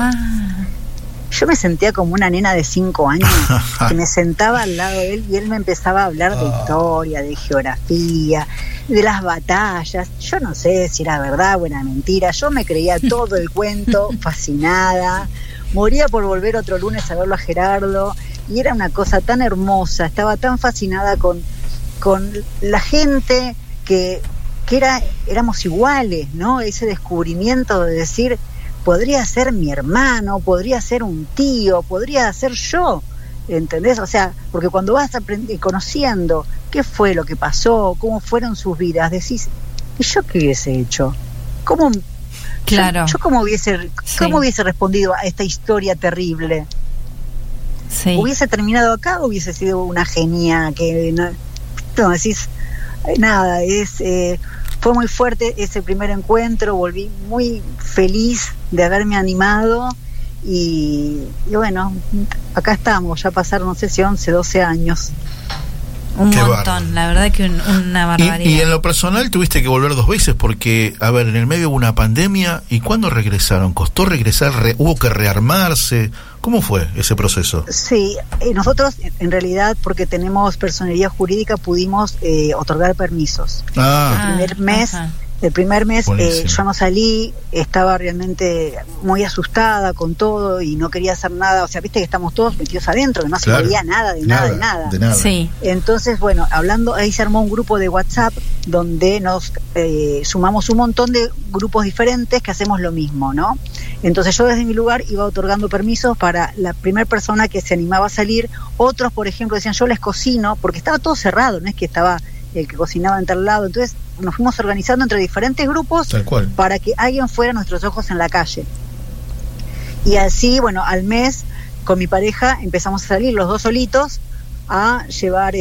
Yo me sentía como una nena de 5 años que me sentaba al lado de él y él me empezaba a hablar de historia, de geografía, de las batallas. Yo no sé si era verdad o era mentira. Yo me creía todo el cuento, fascinada. Moría por volver otro lunes a verlo a Gerardo y era una cosa tan hermosa. Estaba tan fascinada con la gente que éramos iguales, ¿no? Ese descubrimiento de decir, podría ser mi hermano, podría ser un tío, podría ser yo, ¿entendés? O sea, porque cuando vas conociendo qué fue lo que pasó, cómo fueron sus vidas, decís, ¿y yo qué hubiese hecho? ¿Cómo? Claro. Yo cómo hubiese respondido a esta historia terrible. Sí. ¿Hubiese terminado acá o hubiese sido una genia que no decís nada? Fue muy fuerte ese primer encuentro, volví muy feliz de haberme animado y bueno, acá estamos, ya pasaron, no sé si 11, 12 años. Un Qué montón, bárbaro. La verdad que una barbaridad. Y en lo personal tuviste que volver 2 veces porque, a ver, en el medio hubo una pandemia y ¿cuándo regresaron? ¿Costó regresar? ¿Hubo que rearmarse? ¿Cómo fue ese proceso? Sí, nosotros en realidad porque tenemos personería jurídica pudimos otorgar permisos. El primer mes yo no salí, estaba realmente muy asustada con todo y no quería hacer nada, o sea, viste que estamos todos metidos adentro, que no se veía nada. Sí. Entonces, bueno, ahí se armó un grupo de WhatsApp donde nos sumamos un montón de grupos diferentes que hacemos lo mismo, ¿no? Entonces yo desde mi lugar iba otorgando permisos para la primera persona que se animaba a salir. Otros, por ejemplo, decían yo les cocino, porque estaba todo cerrado, no es que estaba el que cocinaba en tal lado. Entonces nos fuimos organizando entre diferentes grupos para que alguien fuera nuestros ojos en la calle. Y así, bueno, al mes con mi pareja empezamos a salir los dos solitos a llevar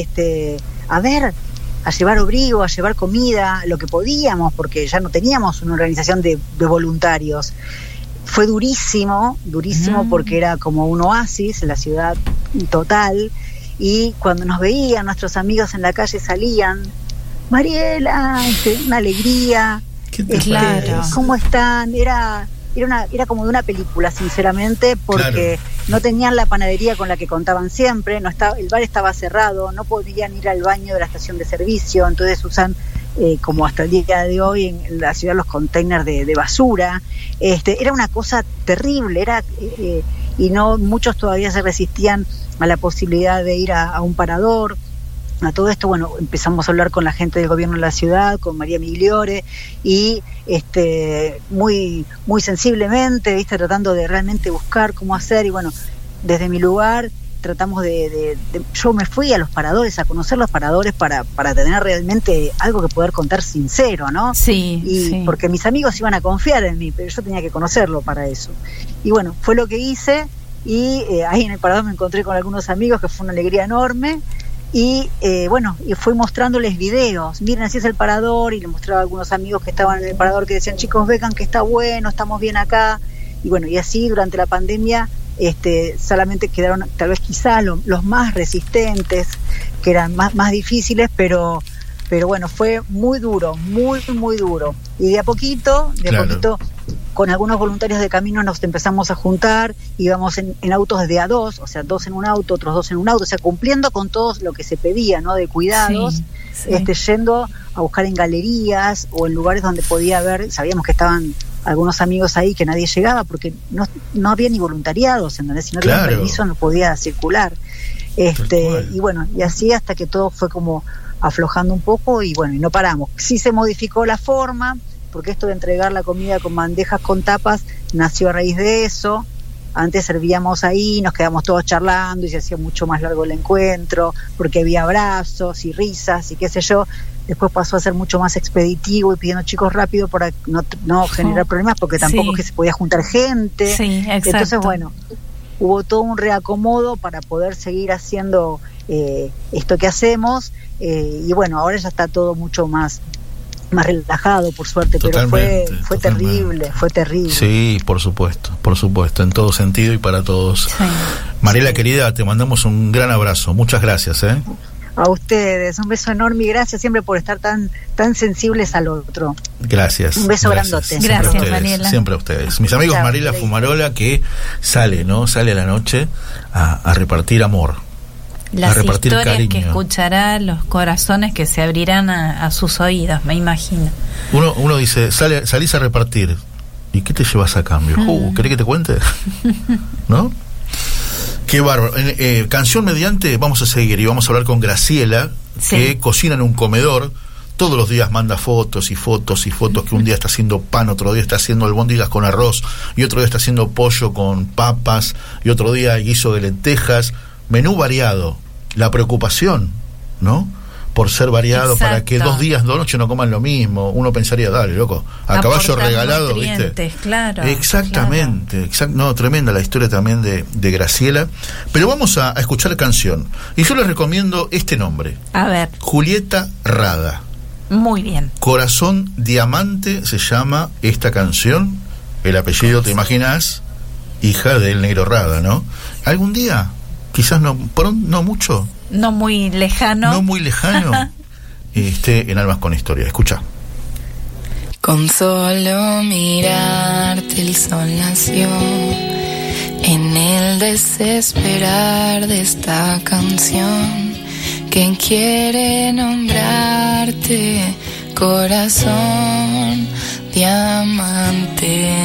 a llevar abrigo, a llevar comida, lo que podíamos, porque ya no teníamos una organización de voluntarios. Fue durísimo porque era como un oasis en la ciudad total. Y cuando nos veían nuestros amigos en la calle salían, Mariela, una alegría, claro. ¿Cómo están? Era como de una película, sinceramente, porque no tenían la panadería con la que contaban siempre, el bar estaba cerrado, no podían ir al baño de la estación de servicio, entonces usan como hasta el día de hoy en la ciudad los containers de basura. Era una cosa terrible, y no muchos todavía se resistían a la posibilidad de ir a un parador. a todo esto, bueno, empezamos a hablar con la gente del gobierno de la ciudad, con María Migliore, y muy, muy sensiblemente, ¿viste? Tratando de realmente buscar cómo hacer, y bueno, desde mi lugar tratamos yo me fui a los paradores, a conocer los paradores para tener realmente algo que poder contar sincero, ¿no? Sí. Porque mis amigos iban a confiar en mí, pero yo tenía que conocerlo para eso. Y bueno, fue lo que hice, y ahí en el parador me encontré con algunos amigos, que fue una alegría enorme. Y y fui mostrándoles videos, miren, así es el parador, y les mostraba a algunos amigos que estaban en el parador, que decían, chicos, vean que está bueno, estamos bien acá. Y bueno, y así durante la pandemia solamente quedaron tal vez quizás los más resistentes, que eran más difíciles, pero bueno, fue muy duro, muy, muy duro. Y de a poquito, con algunos voluntarios de camino nos empezamos a juntar, íbamos en autos de A2, o sea, 2 en un auto, otros 2 en un auto, o sea, cumpliendo con todo lo que se pedía, ¿no? De cuidados, yendo a buscar en galerías o en lugares donde podía haber, sabíamos que estaban algunos amigos ahí que nadie llegaba porque no había ni voluntariados, ¿entendés? Si no había permiso no podía circular. Y bueno, y así hasta que todo fue como aflojando un poco, y bueno, y no paramos. Sí se modificó la forma, porque esto de entregar la comida con bandejas con tapas nació a raíz de eso. Antes servíamos ahí, nos quedamos todos charlando y se hacía mucho más largo el encuentro, porque había abrazos y risas y qué sé yo. Después pasó a ser mucho más expeditivo y pidiendo chicos rápido para no generar problemas, porque tampoco es que se podía juntar gente. Sí, exacto. Entonces, bueno, hubo todo un reacomodo para poder seguir haciendo esto que hacemos, y bueno, ahora ya está todo mucho más relajado, por suerte. Totalmente, pero fue terrible. Sí, por supuesto, en todo sentido y para todos. Sí. Mariela, querida, te mandamos un gran abrazo, muchas gracias. A ustedes, un beso enorme y gracias siempre por estar tan sensibles al otro. Gracias. Un beso grandote. Gracias, Mariela. Siempre a ustedes. Mis amigos, Mariela Fumarola, que sale a la noche a repartir amor. Las historias cariño. Que escuchará, los corazones que se abrirán a sus oídos, me imagino. Uno dice, salís a repartir. ¿Y qué te llevas a cambio? ¿Querés que te cuente? ¿No? Qué bárbaro. Canción mediante, vamos a seguir y vamos a hablar con Graciela, que cocina en un comedor. Todos los días manda fotos y fotos y fotos, que un día está haciendo pan, otro día está haciendo albóndigas con arroz, y otro día está haciendo pollo con papas, y otro día guiso de lentejas. Menú variado. La preocupación, ¿no? Por ser variado. Exacto. Para que 2 días, 2 noches no coman lo mismo. Uno pensaría, dale, loco, a caballo regalado, ¿viste? Claro. Exactamente. Claro. No, tremenda la historia también de Graciela. Pero vamos a escuchar canción. Y yo les recomiendo este nombre. A ver. Julieta Rada. Muy bien. Corazón Diamante se llama esta canción. El apellido, ¿te imaginas? Hija del Negro Rada, ¿no? Algún día, quizás no mucho. No muy lejano. No muy lejano. En Almas con Historia. Escucha. Con solo mirarte el sol nació, en el desesperar de esta canción, que quiere nombrarte corazón diamante.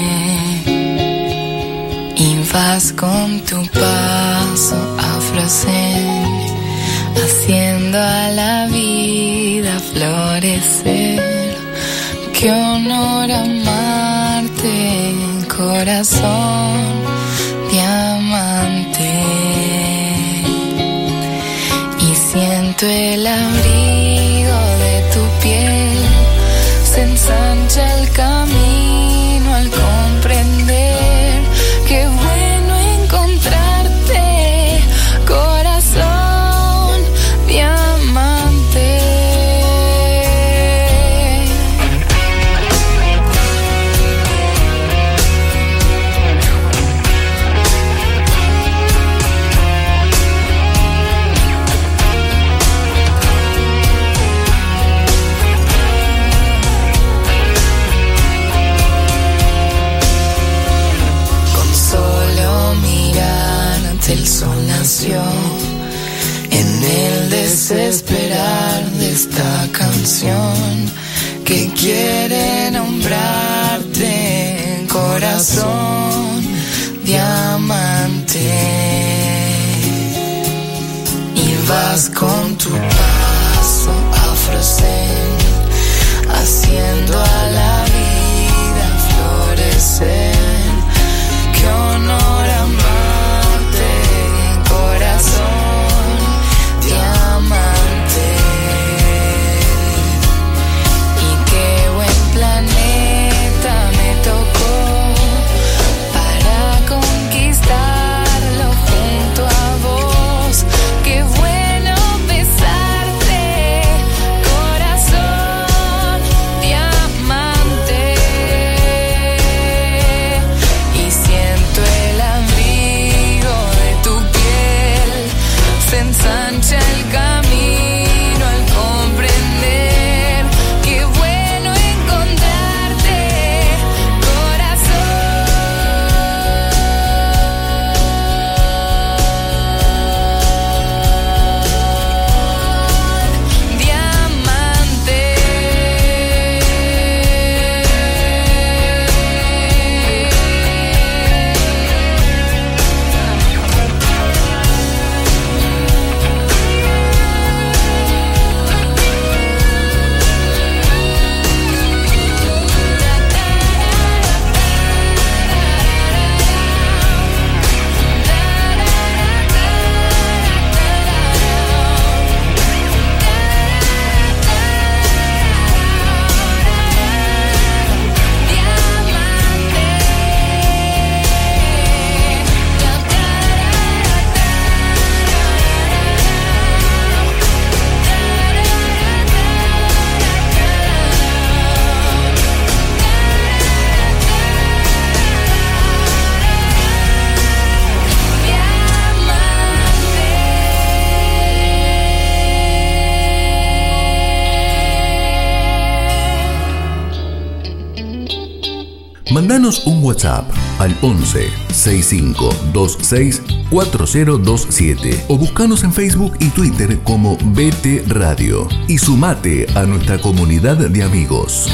Y vas con tu paso afroceño, haciendo a la vida florecer. Qué honor amarte, corazón diamante. Y siento el abrigo de tu piel, se ensancha el camino al comprender. Qué bueno encontrarte, corazón diamante. El sol nació en el desesperar de esta canción, que quiere nombrarte corazón diamante. Y vas con tu paso afrozen, haciendo a la vida florecer. Qué honor amarte, corazón diamante. Y qué buen planeta me tocó para conquistarlo junto a vos. Qué bueno besarte, corazón diamante. Y siento el abrigo de tu piel, se ensancha el camino al comprender. Qué bueno encontrarte, corazón diamante. Mandanos un WhatsApp al 11 6526 4027 o buscanos en Facebook y Twitter como BT Radio y sumate a nuestra comunidad de amigos.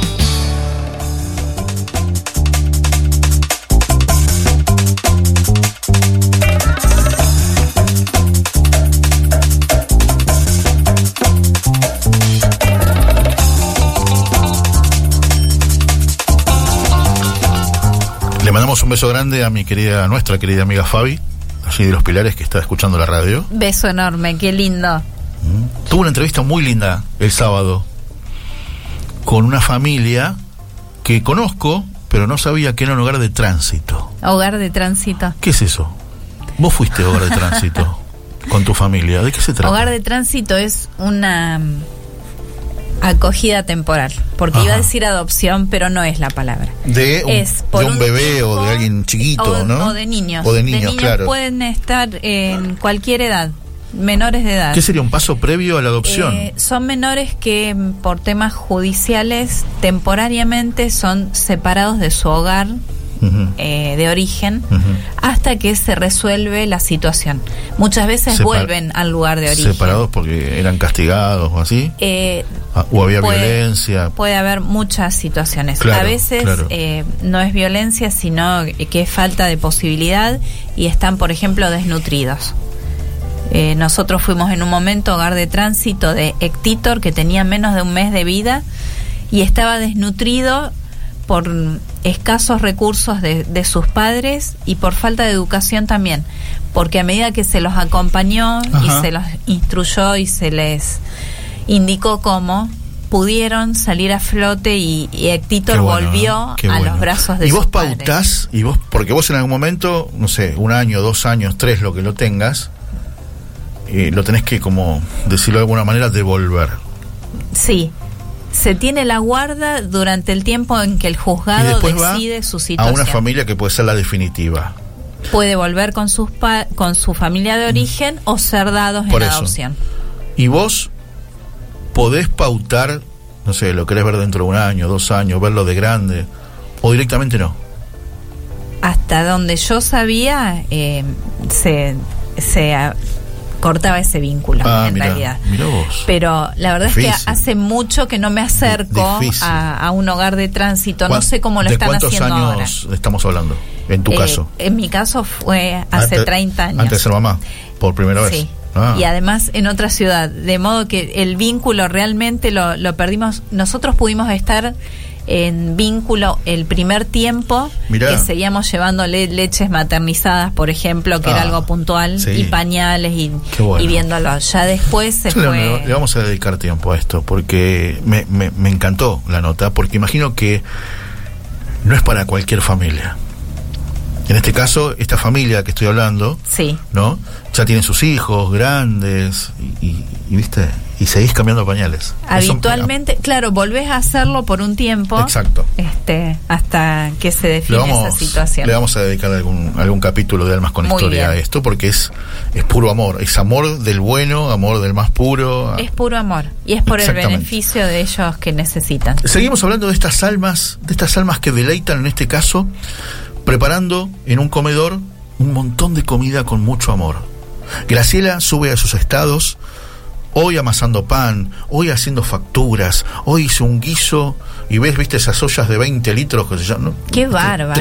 Le mandamos un beso grande a nuestra querida amiga Fabi, allí de Los Pilares, que está escuchando la radio. Beso enorme, qué lindo. Tuvo una entrevista muy linda el sábado con una familia que conozco, pero no sabía que era un hogar de tránsito. Hogar de tránsito. ¿Qué es eso? Vos fuiste a hogar de tránsito con tu familia. ¿De qué se trata? Hogar de tránsito es una acogida temporal, porque iba a decir adopción, pero no es la palabra. De un bebé o de alguien chiquito, ¿no? O de niños. O de niños, claro. Pueden estar en cualquier edad, menores de edad. ¿Qué sería un paso previo a la adopción? Son menores que por temas judiciales temporariamente son separados de su hogar de origen hasta que se resuelve la situación. Muchas veces vuelven al lugar de origen. ¿Separados porque eran castigados o así? ¿O había violencia? Puede haber muchas situaciones. Claro, a veces no es violencia, sino que es falta de posibilidad y están, por ejemplo, desnutridos. Nosotros fuimos en un momento hogar de tránsito de Héctor, que tenía menos de un mes de vida y estaba desnutrido por escasos recursos de sus padres y por falta de educación también, porque a medida que se los acompañó y se los instruyó y se les indicó cómo, pudieron salir a flote y Héctor volvió a los brazos de sus padres. ¿Y vos pautás? Porque vos en algún momento, no sé, 1 año, 2 años, 3, lo que lo tengas, lo tenés que, como decirlo de alguna manera, devolver. Sí. Se tiene la guarda durante el tiempo en que el juzgado decide su situación. A una familia que puede ser la definitiva. Puede volver con su familia de origen o ser dados en adopción. Y vos podés pautar, no sé, lo querés ver dentro de 1 año, 2 años, verlo de grande, o directamente no. Hasta donde yo sabía, se cortaba ese vínculo, realidad. Mirá vos. Pero la verdad es que hace mucho que no me acerco a un hogar de tránsito. No sé cómo lo están haciendo ahora. ¿De cuántos años estamos hablando? En tu caso. En mi caso fue hace 30 años. Antes de ser mamá, por primera vez. Sí. Y además en otra ciudad, de modo que el vínculo realmente lo perdimos. Nosotros pudimos estar en vínculo el primer tiempo. Mirá. Que seguíamos llevándole leches maternizadas, por ejemplo, que era algo puntual, sí. y pañales, y viéndolo. Ya después se fue. Le vamos a dedicar tiempo a esto, porque me encantó la nota, porque imagino que no es para cualquier familia. En este caso, esta familia que estoy hablando, sí, ¿no? Ya tienen sus hijos grandes y ¿viste? Y seguís cambiando pañales. Habitualmente, claro, volvés a hacerlo por un tiempo. Exacto. Hasta que se define esa situación. Le vamos a dedicar algún capítulo de Almas con Muy Historia bien. a esto, porque es puro amor. Es amor del bueno, amor del más puro. Es puro amor. Y es por el beneficio de ellos que necesitan. Seguimos hablando de estas almas que deleitan, en este caso, preparando en un comedor un montón de comida con mucho amor. Graciela sube a sus estados: hoy amasando pan, hoy haciendo facturas, hoy hice un guiso, y viste esas ollas de 20 litros que se llaman, ¿no? ¡Qué bárbaro!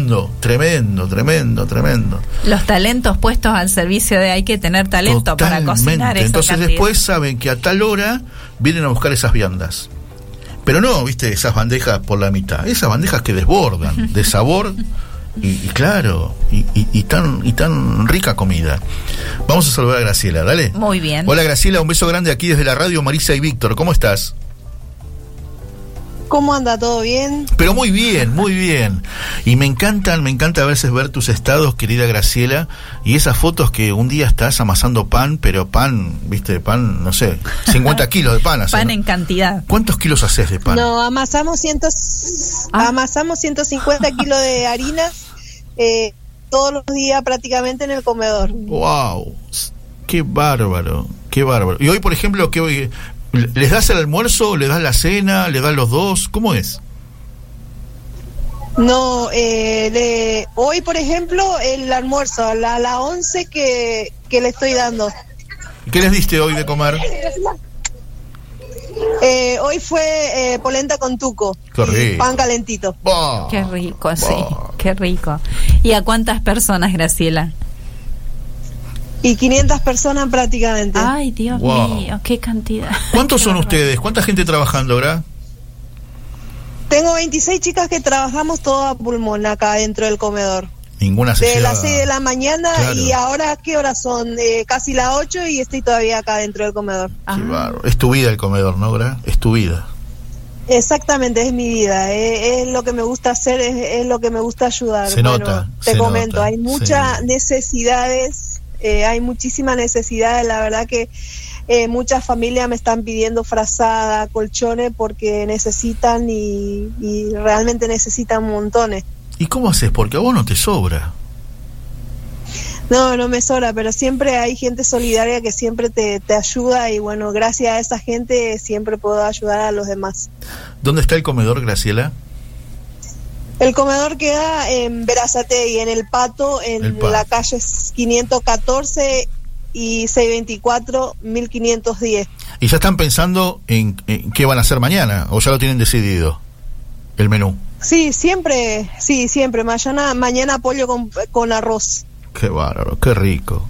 Tremendo. Los talentos puestos al servicio de... Hay que tener talento. Totalmente. Para cocinar esa Entonces cantidad. Después saben que a tal hora vienen a buscar esas viandas. Pero no, viste, esas bandejas por la mitad. Esas bandejas que desbordan de sabor y claro, y tan rica comida. Vamos a saludar a Graciela, dale. Muy bien. Hola Graciela, un beso grande aquí desde la radio, Marisa y Víctor. ¿Cómo estás? ¿Cómo anda? ¿Todo bien? Pero muy bien. Y me encanta a veces ver tus estados, querida Graciela, y esas fotos que un día estás amasando pan, pero pan, viste, pan, no sé, 50 kilos de pan. Pan, ¿no? En ¿no? cantidad. ¿Cuántos kilos haces de pan? No, amasamos 150 kilos de harina todos los días prácticamente en el comedor. ¡Wow! ¡Qué bárbaro! Y hoy, por ejemplo, ¿les das el almuerzo, les das la cena, les das los dos? ¿Cómo es? No, hoy, por ejemplo, el almuerzo, a las 11 que le estoy dando. ¿Qué les diste hoy de comer? Hoy fue polenta con tuco. Qué rico. Pan calentito. ¡Bah! Qué rico, sí, qué rico. ¿Y a cuántas personas, Graciela? Y 500 personas prácticamente. Ay, Dios mío, qué cantidad. ¿Cuántos son ustedes? ¿Cuánta gente trabajando, Gra? Tengo 26 chicas que trabajamos todo a pulmón acá dentro del comedor. Ninguna se de lleva... las 6 de la mañana, claro. Y ahora, ¿qué horas son? Casi las 8 y estoy todavía acá dentro del comedor. Qué bárbaro. Es tu vida el comedor, ¿no, Gra? Es tu vida. Exactamente, es mi vida, es lo que me gusta hacer, es lo que me gusta ayudar. Se nota. Te comento, hay muchas necesidades, hay muchísimas necesidades, la verdad que muchas familias me están pidiendo frazada, colchones, porque necesitan y realmente necesitan montones. ¿Y cómo haces? Porque a vos no te sobra. No me sobra, pero siempre hay gente solidaria que siempre te ayuda y bueno, gracias a esa gente siempre puedo ayudar a los demás. ¿Dónde está el comedor, Graciela? El comedor queda en Berazategui, en El Pato, la calle 514 y 624, 1510. ¿Y ya están pensando en qué van a hacer mañana? ¿O ya lo tienen decidido, el menú? Sí, siempre. Mañana pollo con arroz. Qué bárbaro, qué rico.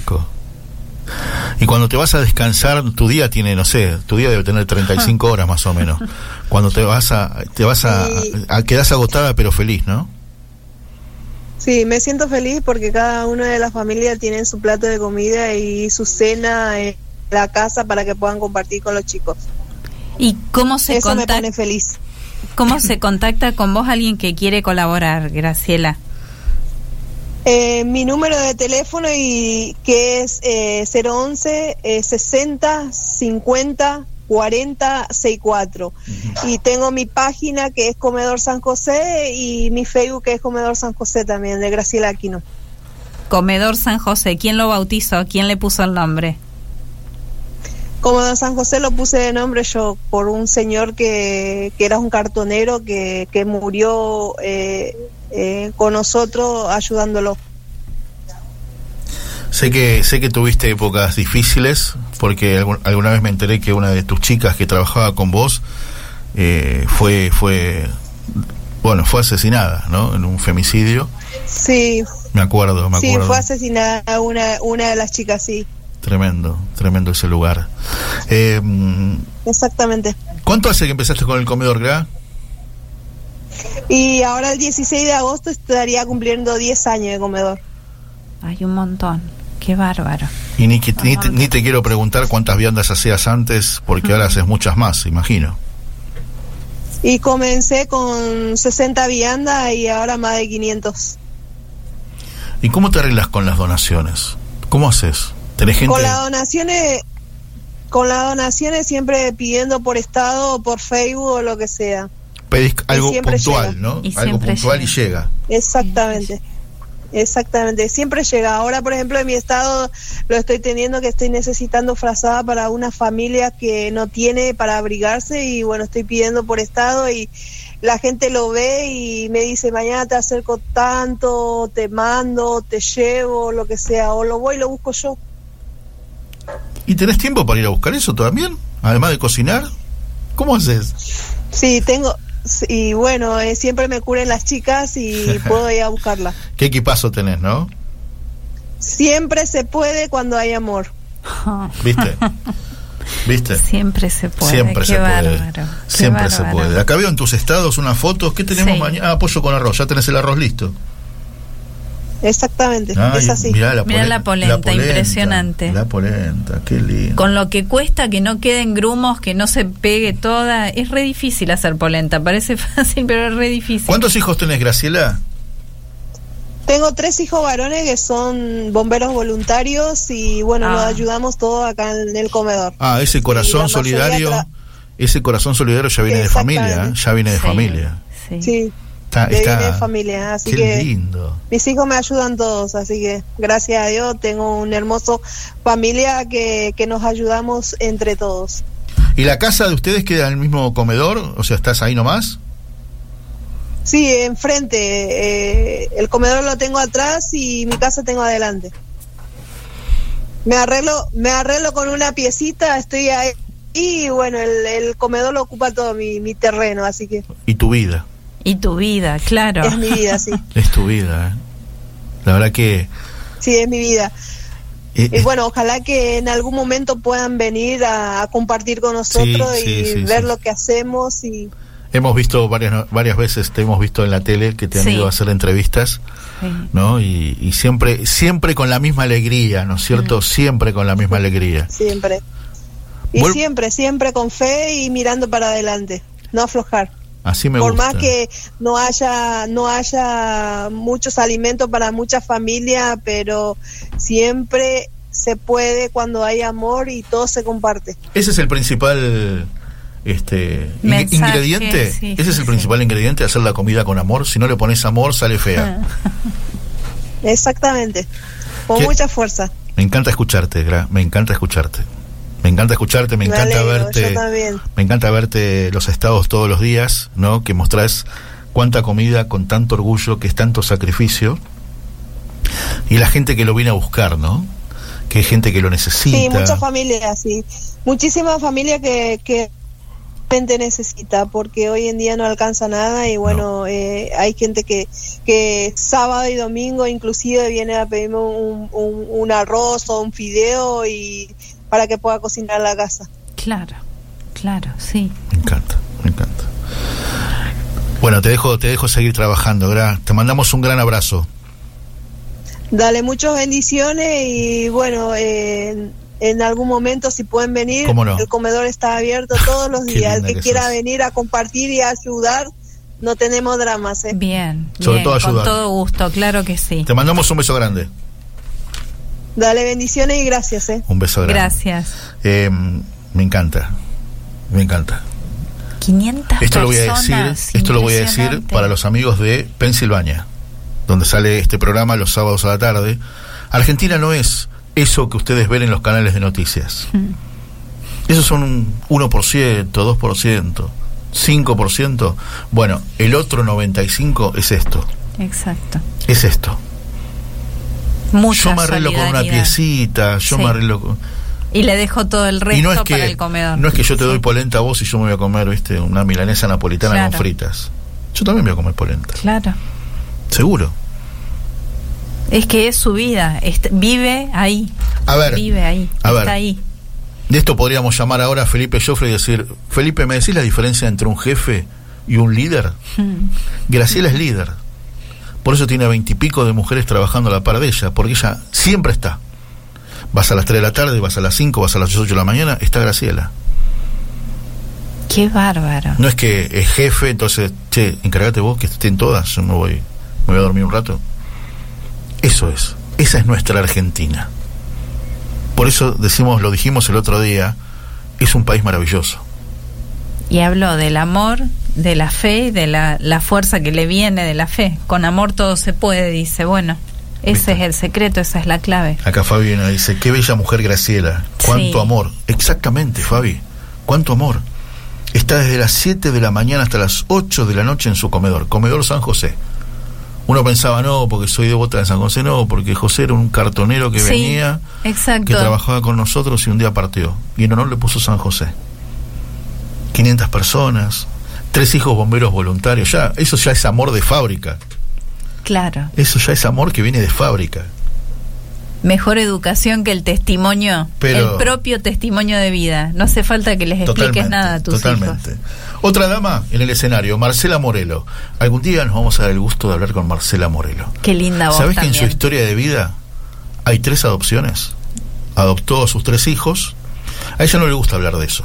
Y cuando te vas a descansar, tu día tiene, no sé, tu día debe tener 35 horas más o menos. Cuando te vas a quedás agotada pero feliz, ¿no? Sí, me siento feliz porque cada una de las familias tiene su plato de comida y su cena en la casa para que puedan compartir con los chicos. ¿Y cómo se Eso me pone feliz. ¿Cómo se contacta con vos alguien que quiere colaborar, Graciela? Mi número de teléfono que es 011 60 50 40 64. Uh-huh. Y tengo mi página que es Comedor San José y mi Facebook que es Comedor San José también, de Graciela Aquino. Comedor San José, ¿quién lo bautizó? ¿Quién le puso el nombre? Comedor San José lo puse de nombre yo por un señor que era un cartonero que murió con nosotros ayudándolo. Sé que tuviste épocas difíciles, porque alguna vez me enteré que una de tus chicas que trabajaba con vos fue asesinada, ¿no? En un femicidio. Sí. Me acuerdo. Sí, fue asesinada una de las chicas, sí. Tremendo ese lugar. Exactamente. ¿Cuánto hace que empezaste con el comedor, Gra? Y ahora el 16 de agosto estaría cumpliendo 10 años de comedor. Hay un montón. Qué bárbaro. Y ni te quiero preguntar cuántas viandas hacías antes, porque ahora haces muchas más, imagino. Y comencé con 60 viandas y ahora más de 500. ¿Y cómo te arreglas con las donaciones? ¿Cómo haces? ¿Tenés gente? Con las donaciones siempre pidiendo por estado o por Facebook o lo que sea. Pedís algo puntual, llega. ¿no? Algo puntual y llega. Exactamente. Siempre llega. Ahora, por ejemplo, en mi estado lo estoy teniendo, que estoy necesitando frazada para una familia que no tiene para abrigarse, y bueno, estoy pidiendo por estado y la gente lo ve y me dice: mañana te acerco tanto, te mando, te llevo, lo que sea, o lo voy y lo busco yo. ¿Y tenés tiempo para ir a buscar eso también? Además de cocinar, ¿cómo haces? Sí, tengo. Y bueno, siempre me curen las chicas y puedo ir a buscarla. ¿Qué equipazo tenés, no? Siempre se puede cuando hay amor. ¿Viste? Siempre se puede. Siempre Qué se bárbaro. puede. Siempre se puede. Acá veo en tus estados unas fotos. ¿Qué tenemos mañana? Pollo con arroz. Ya tenés el arroz listo. Exactamente, es así. Mirá la polenta, impresionante. La polenta, qué lindo. Con lo que cuesta que no queden grumos, que no se pegue toda. Es re difícil hacer polenta. Parece fácil, pero es re difícil. ¿Cuántos hijos tenés, Graciela? Tengo 3 hijos varones que son bomberos voluntarios y bueno, nos ayudamos todos acá en el comedor. Ese corazón solidario, ese corazón solidario ya viene de familia, ya viene de familia. Sí. Viene de familia, así que lindo. Mis hijos me ayudan todos, así que gracias a Dios tengo una hermosa familia que nos ayudamos entre todos. ¿Y la casa de ustedes queda en el mismo comedor? O sea, ¿estás ahí nomás? Sí, enfrente. El comedor lo tengo atrás y mi casa tengo adelante. Me arreglo con una piecita, estoy ahí y bueno, el comedor lo ocupa todo mi terreno, así que... ¿Y tu vida? Y tu vida, claro. Es mi vida, sí. Es tu vida, La verdad que... Sí, es mi vida. Y bueno, ojalá que en algún momento puedan venir a compartir con nosotros y ver lo que hacemos. Y hemos visto varias veces, te hemos visto en la tele que te han ido a hacer entrevistas, ¿no? Y siempre con la misma alegría, ¿no es cierto? Siempre con la misma alegría. Siempre. Y siempre con fe y mirando para adelante, no aflojar. Así me gusta. Por más que no haya muchos alimentos para mucha familia, pero siempre se puede cuando hay amor y todo se comparte. Ese es el principal ingrediente. Ese es el principal ingrediente, hacer la comida con amor. Si no le pones amor, sale fea. Exactamente. Con mucha fuerza. Me encanta escucharte, me encanta escucharte. Me encanta verte los estados todos los días, ¿no? Que mostrás cuánta comida con tanto orgullo, que es tanto sacrificio, y la gente que lo viene a buscar, ¿no? Que hay gente que lo necesita. Sí, muchas familias, sí. Muchísimas familias que gente necesita, porque hoy en día no alcanza nada y bueno, hay gente que sábado y domingo inclusive viene a pedirme un arroz o un fideo y para que pueda cocinar la casa. Claro, sí. Me encanta. Bueno, te dejo seguir trabajando, te mandamos un gran abrazo. Dale, muchas bendiciones y bueno, en algún momento si pueden venir, el comedor está abierto todos los días. El que quiera venir a compartir y a ayudar, no tenemos dramas. Bien, sobre todo ayudar. Con todo gusto, claro que sí. Te mandamos un beso grande. Dale, bendiciones y gracias. Un beso grande. Gracias. Me encanta. 500 Esto personas. Esto lo voy a decir para los amigos de Pensilvania, donde sale este programa los sábados a la tarde. Argentina no es eso que ustedes ven en los canales de noticias. Esos son un 1%, 2%, 5%. Bueno, el otro 95% es esto. Exacto. Es esto. Mucha yo me arreglo con una piecita, me arreglo con... Y le dejo todo el resto para el comedor. No es que yo te doy polenta a vos y yo me voy a comer, una milanesa napolitana con fritas. Yo también voy a comer polenta. Claro. Seguro. Es que es su vida, vive ahí. A ver, vive ahí, está ahí. De esto podríamos llamar ahora a Felipe Joffre y decir: Felipe, ¿me decís la diferencia entre un jefe y un líder? Graciela es líder. Por eso tiene 20 y pico de mujeres trabajando a la par de ella, porque ella siempre está. Vas a las 3 de la tarde, vas a las 5, vas a las 8 de la mañana, está Graciela. Qué bárbaro. No es que es jefe, entonces, che, encárgate vos, que estén todas, yo me voy a dormir un rato. Eso es, esa es nuestra Argentina. Por eso lo dijimos el otro día, es un país maravilloso. Y habló del amor, de la fe, de la fuerza que le viene de la fe. Con amor todo se puede, dice. Bueno, ese es el secreto, esa es la clave. Acá Fabi dice: qué bella mujer Graciela, cuánto amor. Exactamente, Fabi, cuánto amor. Está desde las 7 de la mañana hasta las 8 de la noche en su comedor San José. Uno pensaba, no, porque soy devota de San José, no, porque José era un cartonero que venía, exacto, que trabajaba con nosotros y un día partió. Y en honor le puso San José. 500 personas, 3 hijos bomberos voluntarios, eso ya es amor de fábrica. Claro. Eso ya es amor que viene de fábrica. Mejor educación que el testimonio, el propio testimonio de vida. No hace falta que les expliques nada a tus hijos. Otra dama en el escenario, Marcela Morelo. Algún día nos vamos a dar el gusto de hablar con Marcela Morelo. Qué linda voz. ¿Sabés también que en su historia de vida hay 3 adopciones? Adoptó a sus 3 hijos. A ella no le gusta hablar de eso.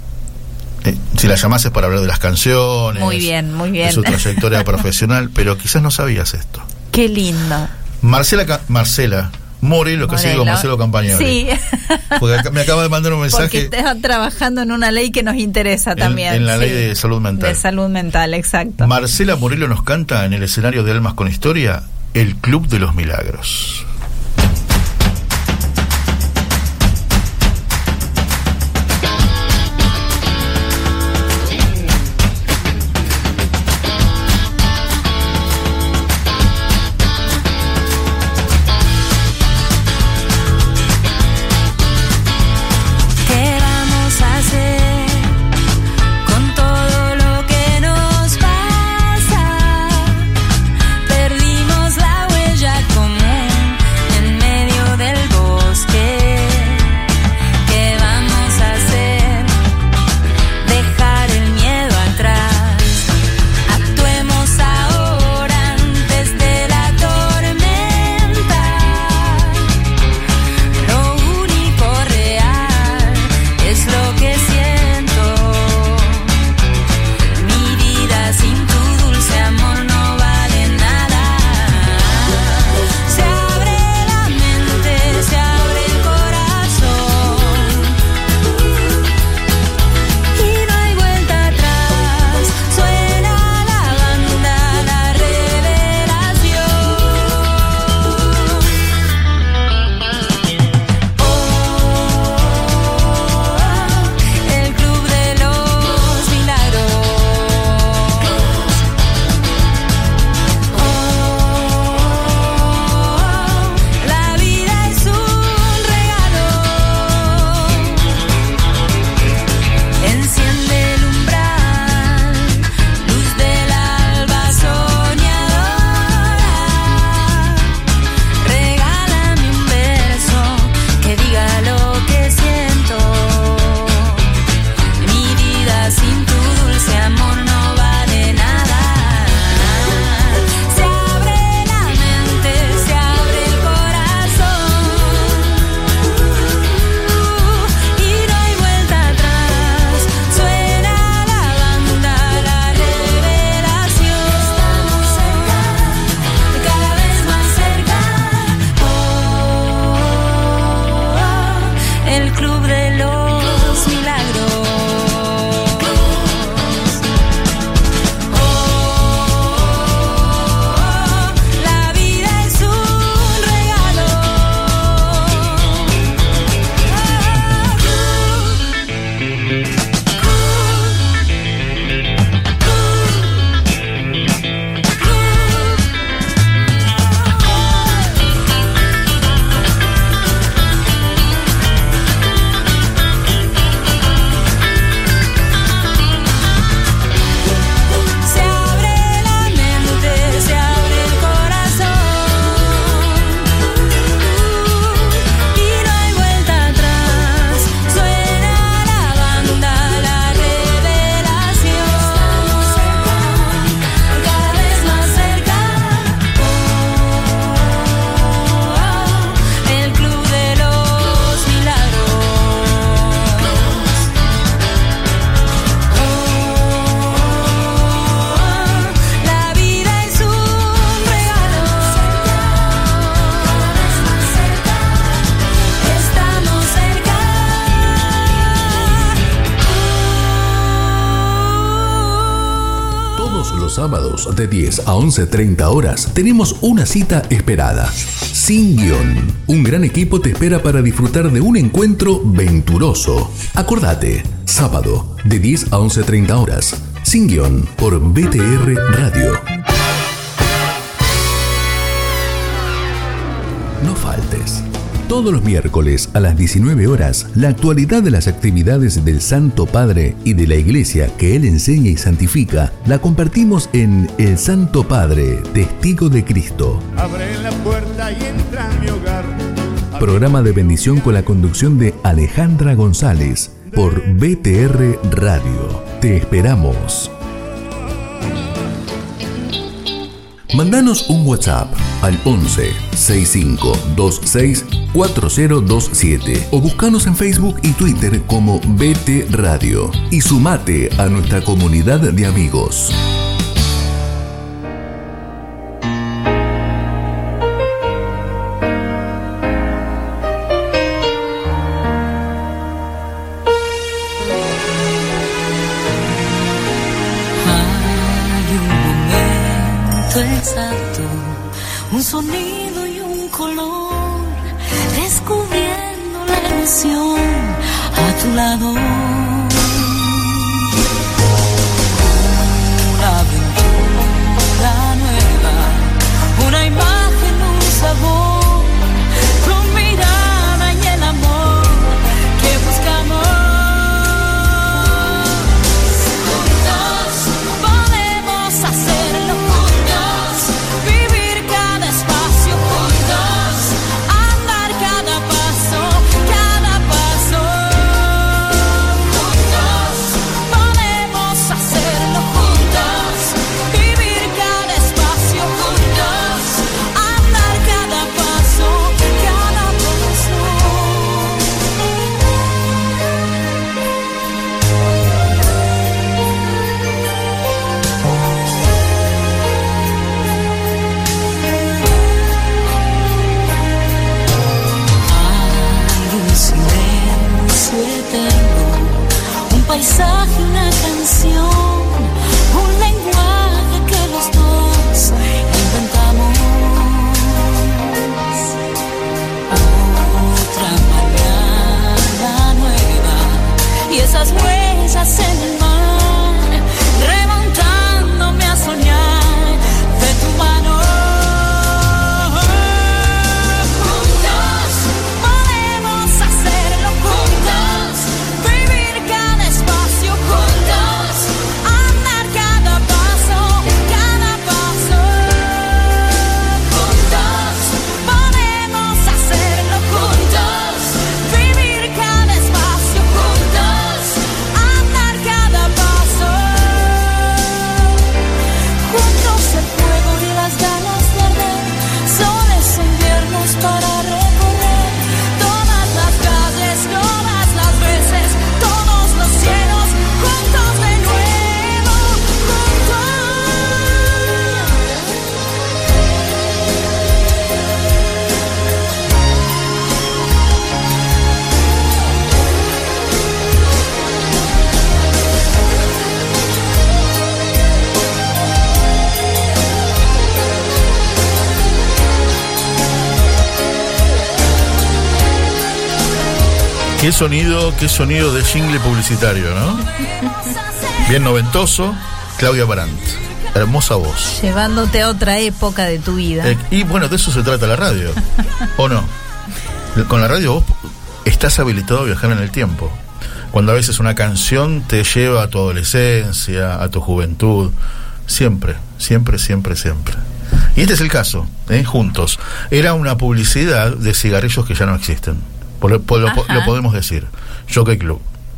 Si la llamás es para hablar de las canciones, muy bien, de su trayectoria profesional, pero quizás no sabías esto. Qué lindo. Marcela Morelo, casi digo Marcelo Campagnoli. Sí. Porque acá me acaba de mandar un mensaje. Porque está trabajando en una ley que nos interesa también. En la ley de salud mental. De salud mental, exacto. Marcela Morelo nos canta en el escenario de Almas con Historia, El Club de los Milagros. Perdimos la huella común. sábados de 10 a 11:30 horas tenemos una cita esperada. Sin Guión. Un gran equipo te espera para disfrutar de un encuentro venturoso. Acordate, sábado de 10 a 11:30 horas. Sin Guión por BTR Radio. No faltes. Todos los miércoles a las 19 horas, la actualidad de las actividades del Santo Padre y de la Iglesia que Él enseña y santifica, la compartimos en El Santo Padre, Testigo de Cristo. Abre la puerta y entra a mi hogar. Programa de bendición con la conducción de Alejandra González por BTR Radio. Te esperamos. Mandanos un WhatsApp al 11 65 26 4027 o buscanos en Facebook y Twitter como BT Radio y sumate a nuestra comunidad de amigos. Exacto, un sonido y un color, descubriendo la emoción a tu lado. Una aventura nueva, una imagen, un sabor, tu mirada y el amor que buscamos. Juntos podemos hacerlo. Paisaje, una canción, un lenguaje que los dos inventamos. Otra mañana nueva y esas huellas en el mar, remontándome a soñar de tu mano. Qué sonido de jingle publicitario, ¿no? Bien noventoso, Claudia Barant. Hermosa voz. Llevándote a otra época de tu vida. Y bueno, de eso se trata la radio, ¿o no? Con la radio vos estás habilitado a viajar en el tiempo. Cuando a veces una canción te lleva a tu adolescencia, a tu juventud. Siempre, siempre, siempre, siempre. Y este es el caso, Juntos. Era una publicidad de cigarrillos que ya no existen. Lo podemos decir. Jockey Club.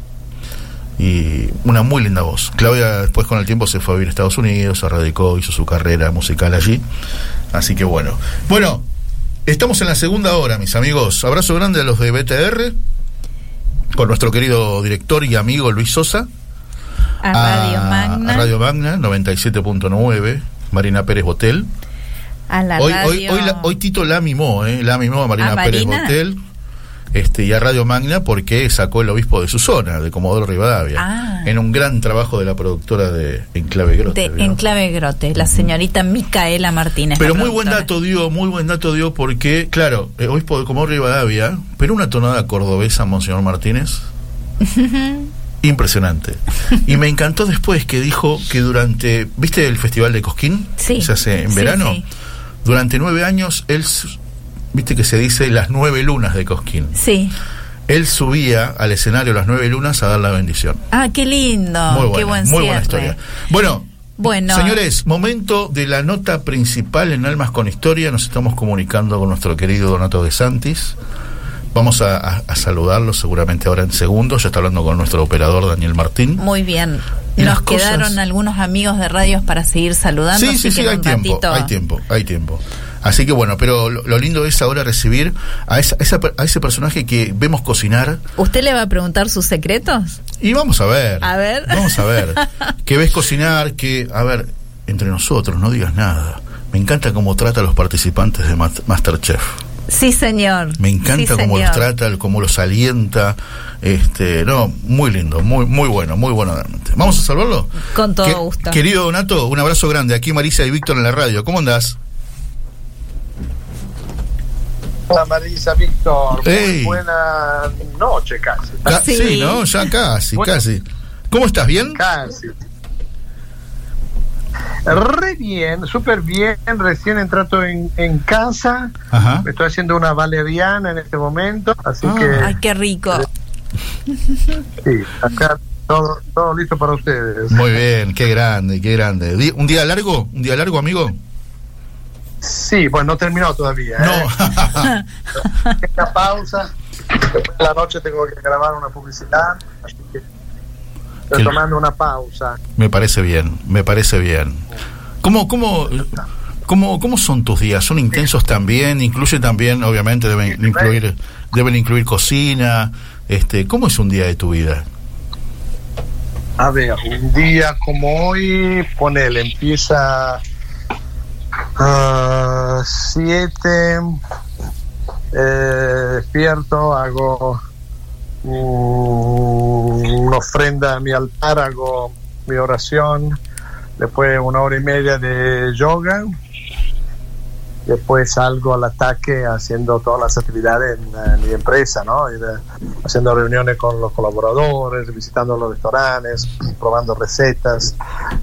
Y una muy linda voz. Claudia después con el tiempo se fue a vivir a Estados Unidos, se radicó, hizo su carrera musical allí. Así que bueno, estamos en la segunda hora, mis amigos. Abrazo grande a los de BTR, con nuestro querido director y amigo Luis Sosa. A Radio Magna 97.9, Marina Pérez Botel. A la radio. Hoy Tito la mimó a Marina Pérez Botel, y a Radio Magna porque sacó El obispo de su zona, de Comodoro Rivadavia, en un gran trabajo de la productora de Enclave Grote. Enclave Grote, la señorita Micaela Martínez. Pero muy buen dato dio porque, claro, el obispo de Comodoro Rivadavia, pero una tonada cordobesa, Monseñor Martínez. Impresionante. Y me encantó después que dijo que durante, ¿viste el Festival de Cosquín? Sí. Se hace en verano. Sí. Durante 9 años, él, viste que se dice las 9 lunas de Cosquín. Sí. Él subía al escenario las 9 lunas a dar la bendición. Ah, qué lindo. Muy buena, qué buen muy cierre. buena historia. Bueno, señores, momento de la nota principal en Almas con Historia. Nos estamos comunicando con nuestro querido Donato De Santis. Vamos a saludarlo seguramente ahora en segundos. Ya está hablando con nuestro operador Daniel Martín. Muy bien. Nos quedaron algunos amigos de radios para seguir saludando. Sí, hay tiempo. Así que bueno, pero lo lindo es ahora recibir a ese personaje que vemos cocinar. ¿Usted le va a preguntar sus secretos? Y vamos a ver. Vamos a ver. Que ves cocinar, entre nosotros, no digas nada. Me encanta cómo trata a los participantes de MasterChef. Sí, señor. Me encanta cómo los trata, cómo los alienta. Muy lindo, muy bueno realmente. ¿Vamos a salvarlo? Con todo gusto. Querido Donato, un abrazo grande. Aquí Marisa y Víctor en la radio. ¿Cómo andás? Hola Marisa, Víctor. Hey. Buena noche casi. Sí, ¿no? Ya casi. ¿Cómo estás? ¿Bien? Casi. Re bien, súper bien. Recién entrado en casa. Ajá. Me estoy haciendo una valeriana en este momento, así que... ¡Ay, qué rico! Sí, acá todo listo para ustedes. Muy bien, qué grande. ¿Un día largo, amigo? Sí, bueno, no terminó todavía. No. Esta pausa. Después de la noche tengo que grabar una publicidad, así que estoy tomando una pausa. Me parece bien. ¿Cómo son tus días? ¿Son intensos también? Incluye también, obviamente, deben incluir cocina. ¿Cómo es un día de tu vida? A ver, un día como hoy, ponele, empieza 7, despierto, hago una ofrenda a mi altar, hago mi oración, después 1 hora y media de yoga, después salgo al ataque haciendo todas las actividades en mi empresa, ¿no? Haciendo reuniones con los colaboradores, visitando los restaurantes, probando recetas,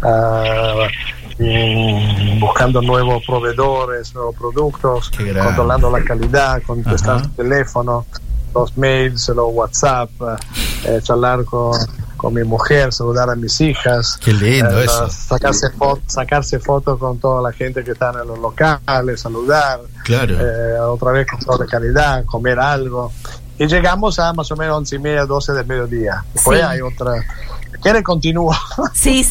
buscando nuevos proveedores, nuevos productos, controlando la calidad, contestando el teléfono, los mails, los WhatsApp, charlar con mi mujer, saludar a mis hijas. Qué lindo eso. Sacarse fotos con toda la gente que está en los locales, saludar. Claro. Otra vez control de calidad, comer algo. Y llegamos a más o menos 11:30, 12 del mediodía. Después hay otra... ¿Quiere continuar? Sí.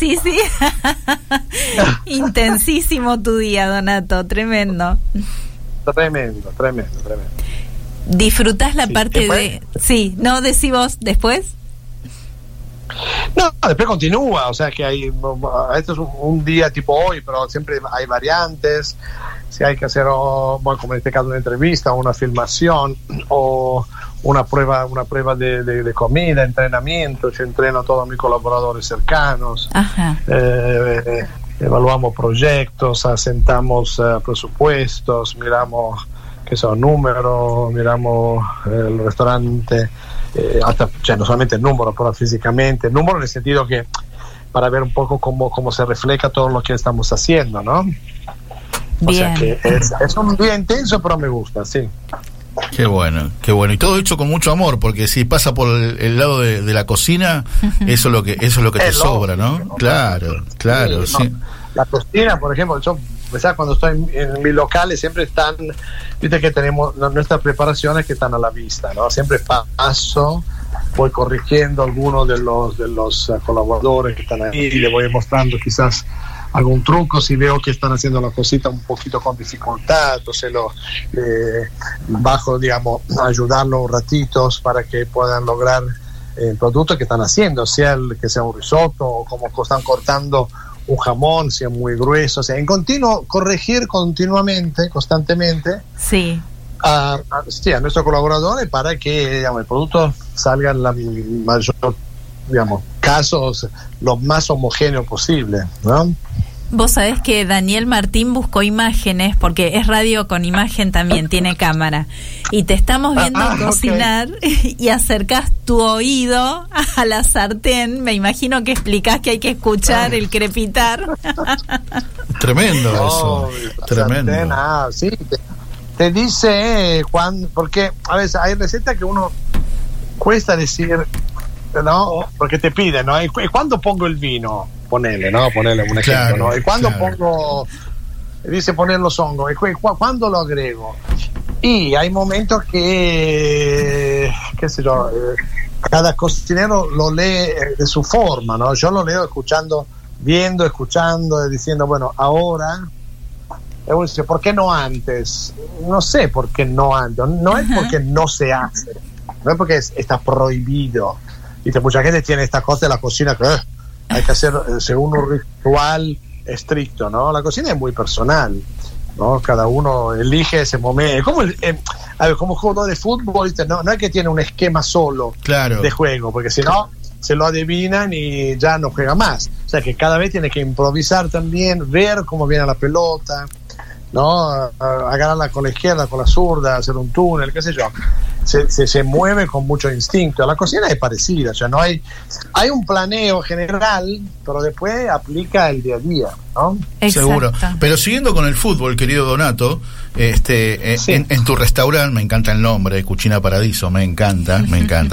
Intensísimo tu día, Donato, tremendo. Tremendo. ¿Disfrutás la parte de...? Sí, ¿no? Decí vos después. No, después continúa, o sea que esto es un día tipo hoy, pero siempre hay variantes. Si hay que hacer, como en este caso, una entrevista, una filmación o una prueba de comida, entrenamiento. Yo entreno a todos mis colaboradores cercanos. Ajá. Evaluamos proyectos, asentamos presupuestos, miramos qué son números, miramos el restaurante, no solamente el número, pero físicamente el número en el sentido que para ver un poco cómo se refleja todo lo que estamos haciendo, ¿no? Bien. O sea que es un día intenso, pero me gusta, sí. Qué bueno. Y todo hecho con mucho amor, porque si pasa por el lado de la cocina, eso es lo que te sobra, ¿no? Claro, sí. La cocina, por ejemplo, yo cuando estoy en mis locales siempre están, viste que tenemos nuestras preparaciones que están a la vista, ¿no? Siempre paso, voy corrigiendo algunos de los colaboradores que están ahí y le voy mostrando quizás algún truco si veo que están haciendo la cosita un poquito con dificultad, entonces bajo, digamos, ayudarlos ratitos para que puedan lograr el producto que están haciendo, sea que sea un risotto o como están cortando un jamón, sea muy grueso, o sea, corregir constantemente. Sí. a nuestros colaboradores para que, digamos, el producto salga en la mayor, digamos, casos lo más homogéneo posible, ¿no? Vos sabés que Daniel Martín buscó imágenes, porque es radio con imagen también, tiene cámara, y te estamos viendo cocinar, okay. Y acercás tu oído a la sartén, me imagino que explicás que hay que escuchar el crepitar. Tremendo eso, tremendo. Sartén, sí, te dice cuándo, porque a veces hay recetas que uno cuesta decir, ¿no? Porque te piden, ¿no? ¿Y cuándo pongo el vino? Ponele un ejemplo, claro, ¿no? ¿Y cuándo pongo? Dice poner los hongos. ¿Cuándo lo agrego? Y hay momentos que, qué sé yo, cada cocinero lo lee de su forma, ¿no? Yo lo leo escuchando, escuchando, diciendo, bueno, ahora. Y uno dice, ¿por qué no antes? No sé por qué no antes. No es porque no se hace, no es porque está prohibido. Y mucha gente tiene esta cosa de la cocina que hay que hacer según un ritual estricto, ¿no? La cocina es muy personal, ¿no? Cada uno elige ese momento. Como jugador de fútbol, no es que tiene un esquema solo, claro, de juego, porque si no se lo adivinan y ya no juega más. O sea que cada vez tiene que improvisar también, ver cómo viene la pelota, ¿no? Agarrarla con la izquierda, con la zurda, hacer un túnel, qué sé yo. Se mueve con mucho instinto. La cocina es parecida, o sea, no hay un planeo general, pero después aplica el día a día, ¿no? Seguro. Pero siguiendo con el fútbol, querido Donato, sí. en tu restaurante, me encanta el nombre, Cucina Paradiso, me encanta.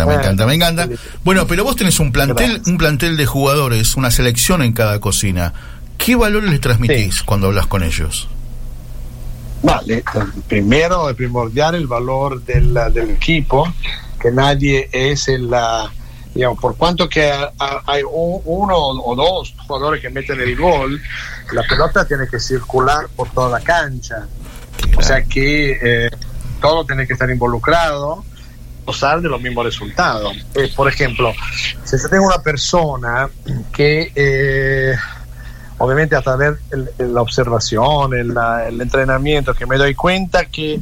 Bueno, pero vos tenés un plantel de jugadores, una selección en cada cocina. ¿Qué valores les transmitís cuando hablas con ellos? Vale, primero es primordial el valor del equipo, que nadie es digamos, por cuanto que hay uno o dos jugadores que meten el gol, la pelota tiene que circular por toda la cancha, o sea que todo tiene que estar involucrado, gozar de los mismos resultados. Por ejemplo, si yo tengo una persona que obviamente a través de la observación, el entrenamiento, que me doy cuenta que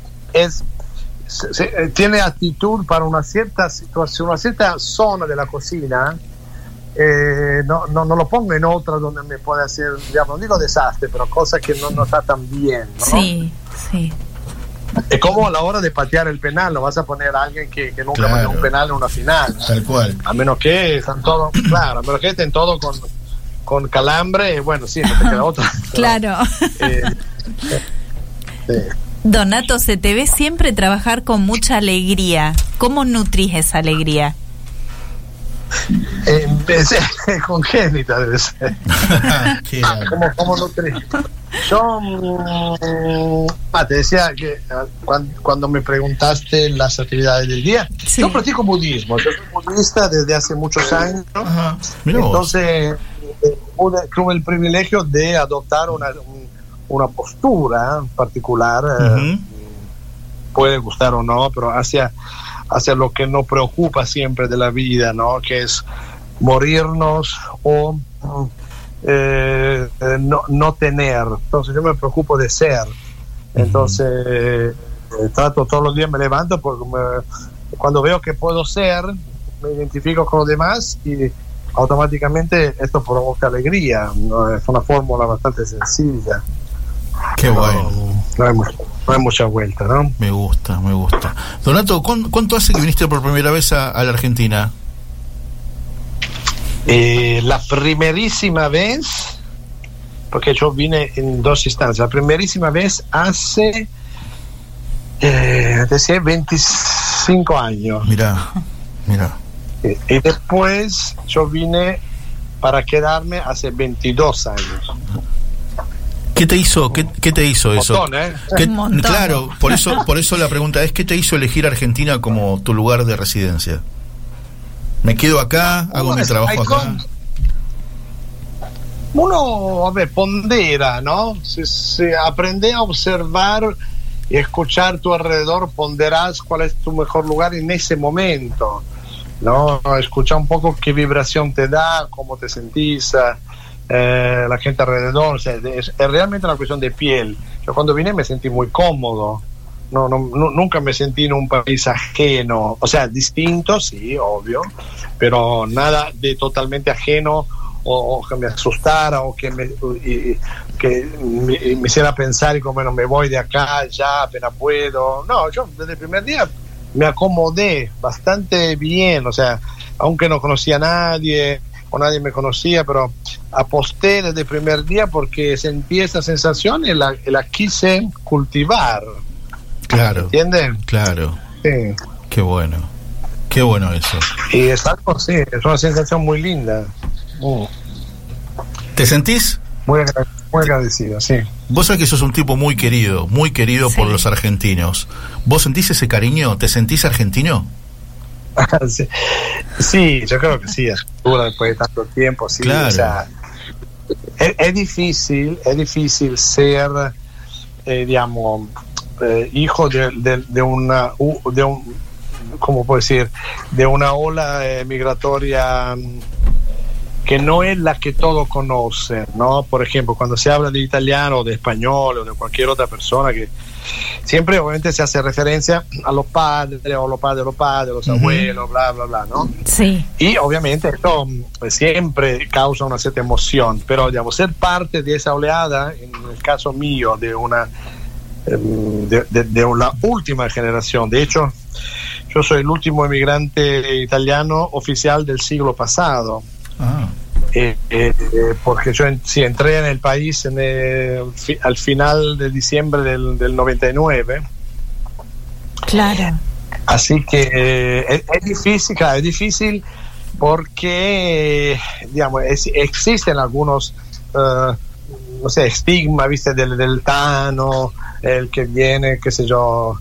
tiene actitud para una cierta situación, una cierta zona de la cocina, no lo pongo en otra donde me puede hacer, digamos, no digo desastre, pero cosas que no está tan bien, ¿no? Sí. Es como a la hora de patear el penal, no vas a poner a alguien que nunca pateó un penal en una final. Tal cual. A menos que estén todos con calambre, bueno, sí, no te queda otra. Claro. Donato, se te ve siempre trabajar con mucha alegría. ¿Cómo nutrís esa alegría? Congénita debe ser. ¿Cómo nutrir? Yo te decía que cuando me preguntaste las actividades del día, sí. Yo practico budismo. Yo soy budista desde hace muchos años. Ajá. Entonces tuve el privilegio de adoptar una postura particular, puede gustar o no, pero hacia lo que nos preocupa siempre de la vida, ¿no? Que es morirnos o no tener. Entonces yo me preocupo de ser. Entonces trato todos los días, me levanto porque cuando veo que puedo ser, me identifico con los demás y automáticamente esto provoca alegría, ¿no? Es una fórmula bastante sencilla. Qué bueno. No hay mucha vuelta, ¿no? Me gusta. Donato, ¿cuánto hace que viniste por primera vez a la Argentina? La primerísima vez, porque yo vine en dos instancias. La primerísima vez hace 25 años. Mira. Y después yo vine para quedarme hace 22 años. ¿Qué te hizo eso? Montón, ¿eh? Claro, por eso la pregunta es, ¿qué te hizo elegir Argentina como tu lugar de residencia? ¿Me quedo acá? ¿Hago mi trabajo acá? Uno, pondera, ¿no? Se aprende a observar y escuchar tu alrededor, ponderás cuál es tu mejor lugar en ese momento, ¿no? Escucha un poco qué vibración te da, cómo te sentís, la gente alrededor. O sea, es realmente una cuestión de piel. Yo cuando vine me sentí muy cómodo, nunca me sentí en un país ajeno, o sea, distinto, sí, obvio, pero nada de totalmente ajeno o que me asustara o que me hiciera pensar y como, bueno, me voy de acá ya apenas puedo. No, yo desde el primer día me acomodé bastante bien, o sea, aunque no conocía a nadie o nadie me conocía, pero aposté desde el primer día porque sentí esa sensación y la quise cultivar. Claro. ¿Entienden? Claro. Sí. Qué bueno eso. Y es algo, sí, es una sensación muy linda. ¿Te sentís? Muy agradecido, sí. Vos sabés que sos un tipo muy querido Sí. por los argentinos. ¿Vos sentís ese cariño? ¿Te sentís argentino? Sí, yo creo que sí, después de tanto tiempo, sí. Claro. O sea, es difícil ser, digamos, hijo de una, ¿cómo puedo decir? De una ola migratoria que no es la que todos conocen, ¿no? Por ejemplo, cuando se habla de italiano o de español o de cualquier otra persona, que siempre obviamente se hace referencia a los padres, los abuelos, bla, bla, bla, ¿no? Sí. Y obviamente esto siempre causa una cierta emoción, pero digamos, ser parte de esa oleada, en el caso mío, de una última generación, de hecho, yo soy el último emigrante italiano oficial del siglo pasado. Porque yo entré en el país al final de diciembre del 99. Claro. Así que es difícil porque, digamos, existen algunos, no sé, estigmas, ¿viste? Del Tano, el que viene, qué sé yo,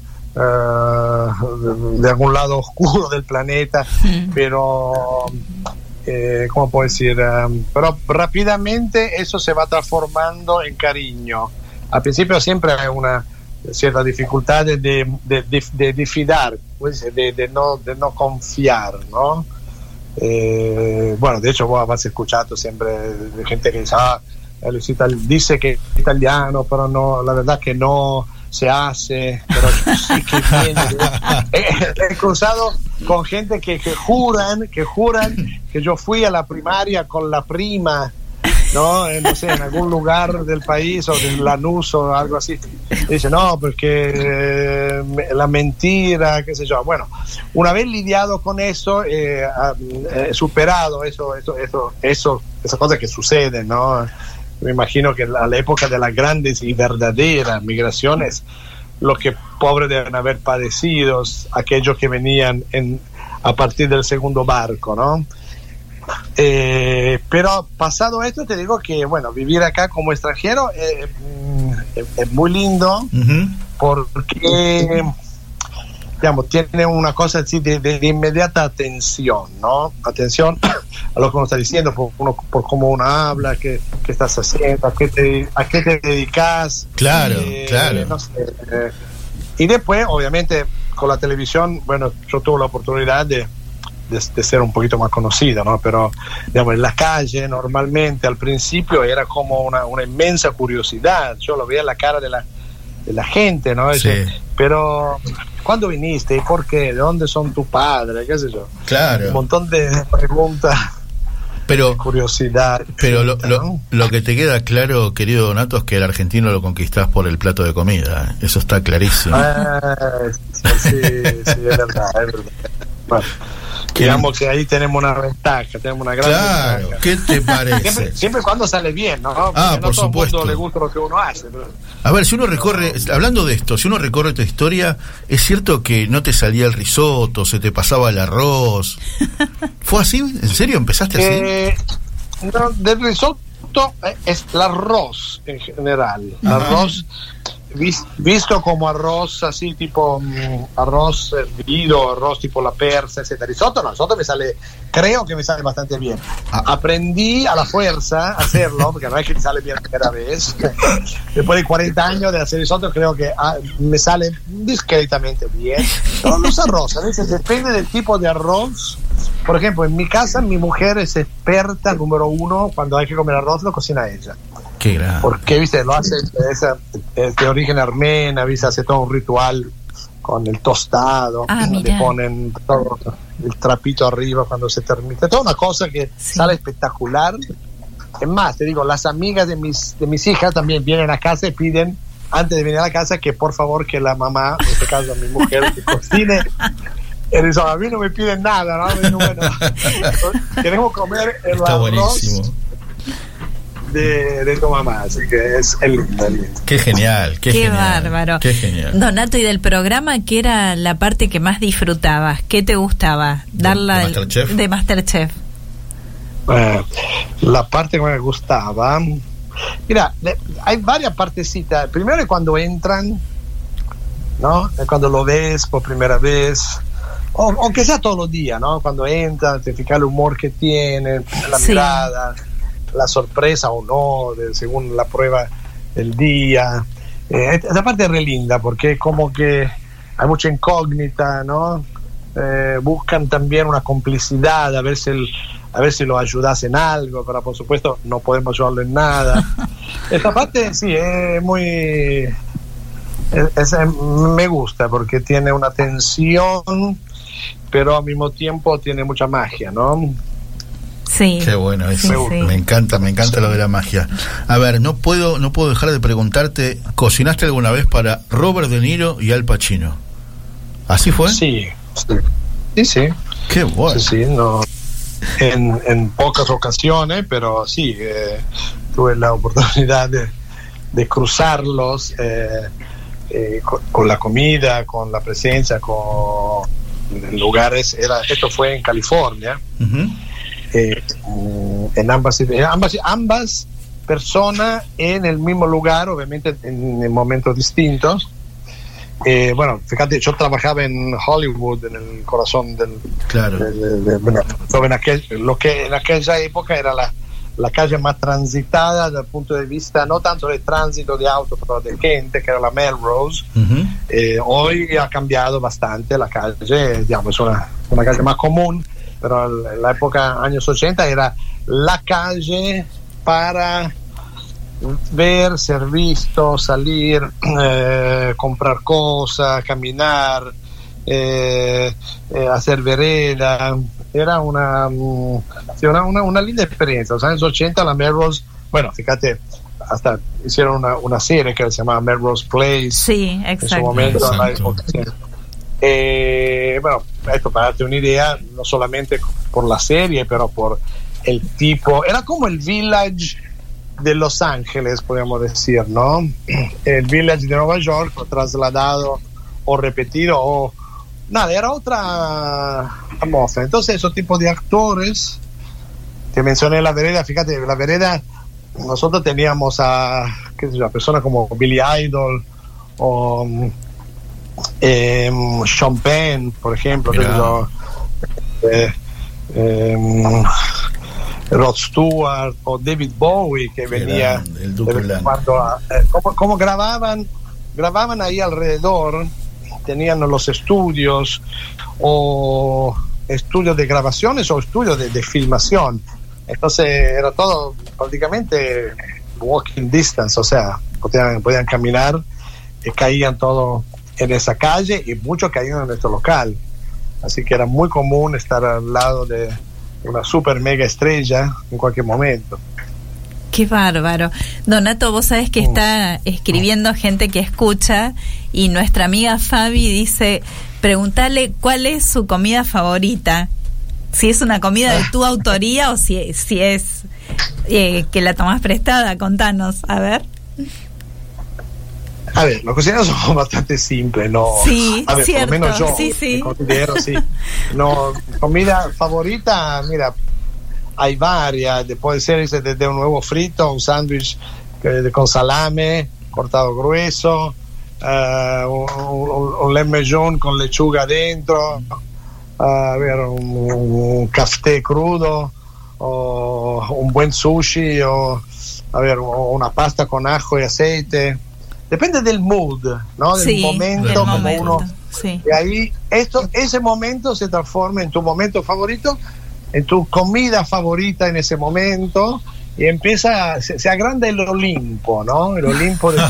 de algún lado oscuro del planeta, pero... ¿cómo puedo decir? Pero rápidamente eso se va transformando en cariño. Al principio siempre hay una cierta dificultad de fidar, de no confiar, ¿no? Bueno, de hecho vos has escuchado siempre de gente que dice que es italiano, pero no, la verdad que no se hace, pero sí que viene. He cruzado con gente que juran que yo fui a la primaria con la prima, ¿no? No sé, en algún lugar del país o de Lanús o algo así. Dice, no, porque la mentira, qué sé yo. Bueno, una vez lidiado con eso, superado esas cosas que suceden, ¿no? Me imagino que a la época de las grandes y verdaderas migraciones, lo que pobres deben haber padecido aquellos que venían a partir del segundo barco, ¿no? Pero pasado esto, te digo que, bueno, vivir acá como extranjero es muy lindo, porque, digamos, tiene una cosa así de inmediata atención, ¿no? Atención a lo que uno está diciendo, por cómo uno habla, qué estás haciendo, a qué te dedicas. Claro, claro. No sé, y después, obviamente, con la televisión, bueno, yo tuve la oportunidad de ser un poquito más conocido, ¿no? Pero, digamos, en la calle, normalmente, al principio, era como una inmensa curiosidad. Yo lo veía en la cara de la gente, ¿no? Sí. Pero, ¿cuándo viniste? ¿Por qué? ¿De dónde son tus padres? ¿Qué sé yo? Claro. Un montón de preguntas. Pero, curiosidad. Pero lo que te queda claro, querido Donato, es que el argentino lo conquistás por el plato de comida. Eso está clarísimo. Sí, es verdad. Bueno, digamos que ahí tenemos una ventaja, tenemos una gran ventaja. ¿Qué te parece? Siempre cuando sale bien, ¿no? Porque no por supuesto. Todo el mundo le gusta lo que uno hace. Pero... A ver, si uno recorre, hablando de esto, si uno recorre tu historia, es cierto que no te salía el risotto, se te pasaba el arroz. ¿Fue así? ¿En serio empezaste así? No, del risotto es el arroz en general. Arroz visto como arroz así tipo arroz hervido, arroz tipo la persa, etcétera. Risotto creo que me sale bastante bien. Aprendí a la fuerza a hacerlo, porque no es que me sale bien la primera vez. Después de 40 años de hacer risotto, creo que me sale discretamente bien. Todos los arroz, a veces depende del tipo de arroz. Por ejemplo, en mi casa mi mujer es experta número 1, cuando hay que comer arroz lo cocina ella. Qué grande. Porque, viste, lo hace, es de origen armena, viste, hace todo un ritual con el tostado, le ponen todo el trapito arriba cuando se termina, toda una cosa que sale espectacular. Es más, te digo, las amigas de mis hijas también vienen a casa y piden, antes de venir a la casa, que por favor que la mamá, en este caso mi mujer, que cocine. Y eso, a mí no me piden nada, ¿no? Bueno, queremos comer el Está arroz buenísimo. de tu mamá, así que es el lindo. Qué genial, qué genial, bárbaro. Qué genial. Donato, y del programa, ¿qué era la parte que más disfrutabas? ¿Qué te gustaba? ¿De Masterchef? La parte que me gustaba, mira, hay varias partecitas. Primero es cuando entran, ¿no? Cuando lo ves por primera vez, o que sea todos los días, ¿no? Cuando entran, te fijas el humor que tienen, la mirada, la sorpresa o no, según la prueba del día. Esa parte es re linda porque es como que hay mucha incógnita, ¿no? Buscan también una complicidad, a ver si lo ayudas en algo, pero por supuesto no podemos ayudarlo en nada. Esta parte sí es muy... me gusta porque tiene una tensión, pero al mismo tiempo tiene mucha magia, ¿no? Sí. Qué bueno eso. Sí. Me encanta lo de la magia. A ver, no puedo dejar de preguntarte, ¿cocinaste alguna vez para Robert De Niro y Al Pacino? ¿Así fue? Sí. Qué bueno. Sí, no, en pocas ocasiones, pero sí, tuve la oportunidad de cruzarlos con la comida, con la presencia, con lugares. Esto fue en California. En ambas personas en el mismo lugar, obviamente en momentos distintos. Bueno, fíjate, yo trabajaba en Hollywood, en el corazón del... Claro. Lo que en aquella época era la calle más transitada desde el punto de vista, no tanto de tránsito de autos, pero de gente, que era la Melrose. Hoy ha cambiado bastante la calle, digamos, es una calle más común, pero en la época, años 80, era la calle para ver, ser visto, salir, comprar cosas, caminar, hacer vereda. Era una linda experiencia. Los años 80, la Melrose, bueno, fíjate, hasta hicieron una serie que se llamaba Melrose Place. Sí, exacto. En su momento, bueno, esto para darte una idea, no solamente por la serie, pero por el tipo, era como el Village de Los Ángeles, podríamos decir, ¿no? El Village de Nueva York, o trasladado o repetido, o nada, era otra atmósfera. Entonces, esos tipos de actores, te mencioné la vereda, fíjate, la vereda, nosotros teníamos a personas como Billy Idol o Sean Penn, por ejemplo, Rod Stewart o David Bowie, que venía cuando como grababan ahí alrededor, tenían los estudios o estudios de grabaciones o estudios de filmación. Entonces era todo prácticamente walking distance, o sea, podían caminar, caían todo en esa calle y muchos caían en nuestro local. Así que era muy común estar al lado de una super mega estrella en cualquier momento. Qué bárbaro. Donato, vos sabés que está escribiendo gente que escucha, y nuestra amiga Fabi dice, preguntale cuál es su comida favorita, si es una comida de tu autoría o si es que la tomás prestada. Contanos, a ver. A ver, los cocineros son bastante simples, ¿no? Sí, a ver, cierto, por lo menos yo sí. Me considero, sí. No, comida favorita, mira, hay varias. Puede ser desde un huevo frito, un sándwich con salame cortado grueso, un lemon con lechuga adentro, a ver, un café crudo, o un buen sushi, o a ver, una pasta con ajo y aceite. Depende del mood, ¿no? Del momento, como uno. Sí. Y ahí ese momento se transforma en tu momento favorito, en tu comida favorita en ese momento, y empieza, se agranda el Olimpo, ¿no? El Olimpo de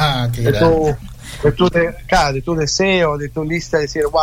tu deseo, de tu lista, de decir,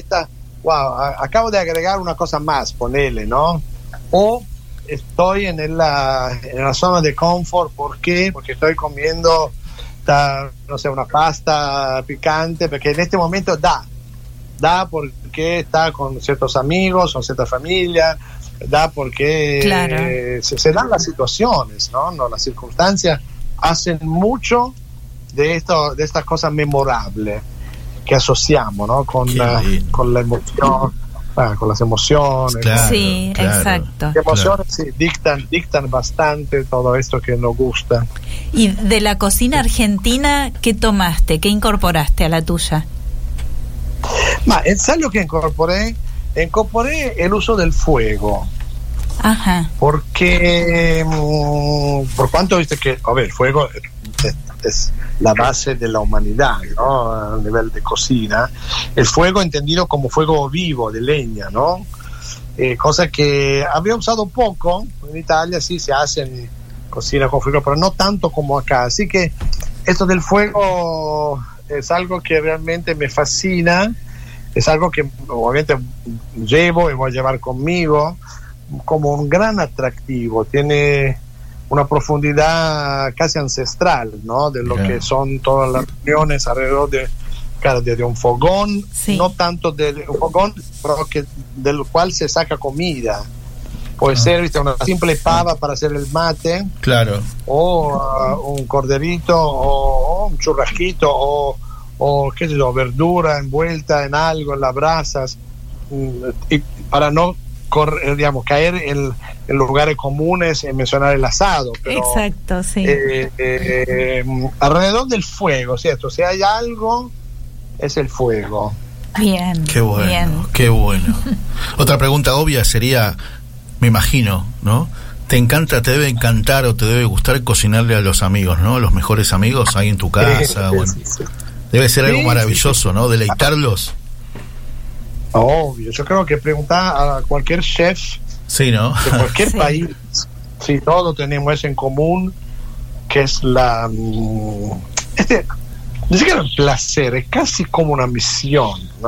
acabo de agregar una cosa más, ponele, ¿no? O estoy en la zona de confort, ¿por qué? Porque estoy comiendo, no sé, una pasta picante, porque en este momento da porque está con ciertos amigos, con cierta familia, da porque claro. se dan las situaciones, ¿no? Las circunstancias hacen mucho de estas cosas memorables que asociamos, ¿no? Con la emoción, con las emociones. Claro, sí, claro, exacto. Las emociones sí, dictan bastante todo esto que nos gusta. Y de la cocina argentina, ¿qué tomaste? ¿Qué incorporaste a la tuya? ¿Sabes lo que incorporé? Incorporé el uso del fuego. Ajá. Porque, por cuanto viste que, el fuego es la base de la humanidad, ¿no? A nivel de cocina. El fuego entendido como fuego vivo, de leña, ¿no? Cosa que había usado poco. En Italia sí se hacen cocina con fuego, pero no tanto como acá. Así que esto del fuego es algo que realmente me fascina, es algo que obviamente llevo y voy a llevar conmigo como un gran atractivo. Tiene una profundidad casi ancestral, ¿no? De lo que son todas las reuniones alrededor de un fogón, sí. No tanto de un fogón, pero del cual se saca comida. Puede ser, ¿viste? Una simple pava para hacer el mate, claro, o un corderito, o un churrasquito, o qué sé yo, verdura envuelta en algo, en las brasas, y para no caer en lugares comunes en mencionar el asado, pero exacto, sí. Alrededor del fuego, ¿cierto? Si hay algo, es el fuego. Bien, qué bueno, bien. Qué bueno. Otra pregunta obvia sería, me imagino, ¿no? Te debe encantar o te debe gustar cocinarle a los amigos, ¿no? Los mejores amigos ahí en tu casa. Sí. Debe ser algo maravilloso, ¿no? Deleitarlos. Obvio, yo creo que preguntar a cualquier chef, sí, ¿no? De cualquier país, sí, todos tenemos eso en común, que es ni siquiera el placer, es casi como una misión, ¿no?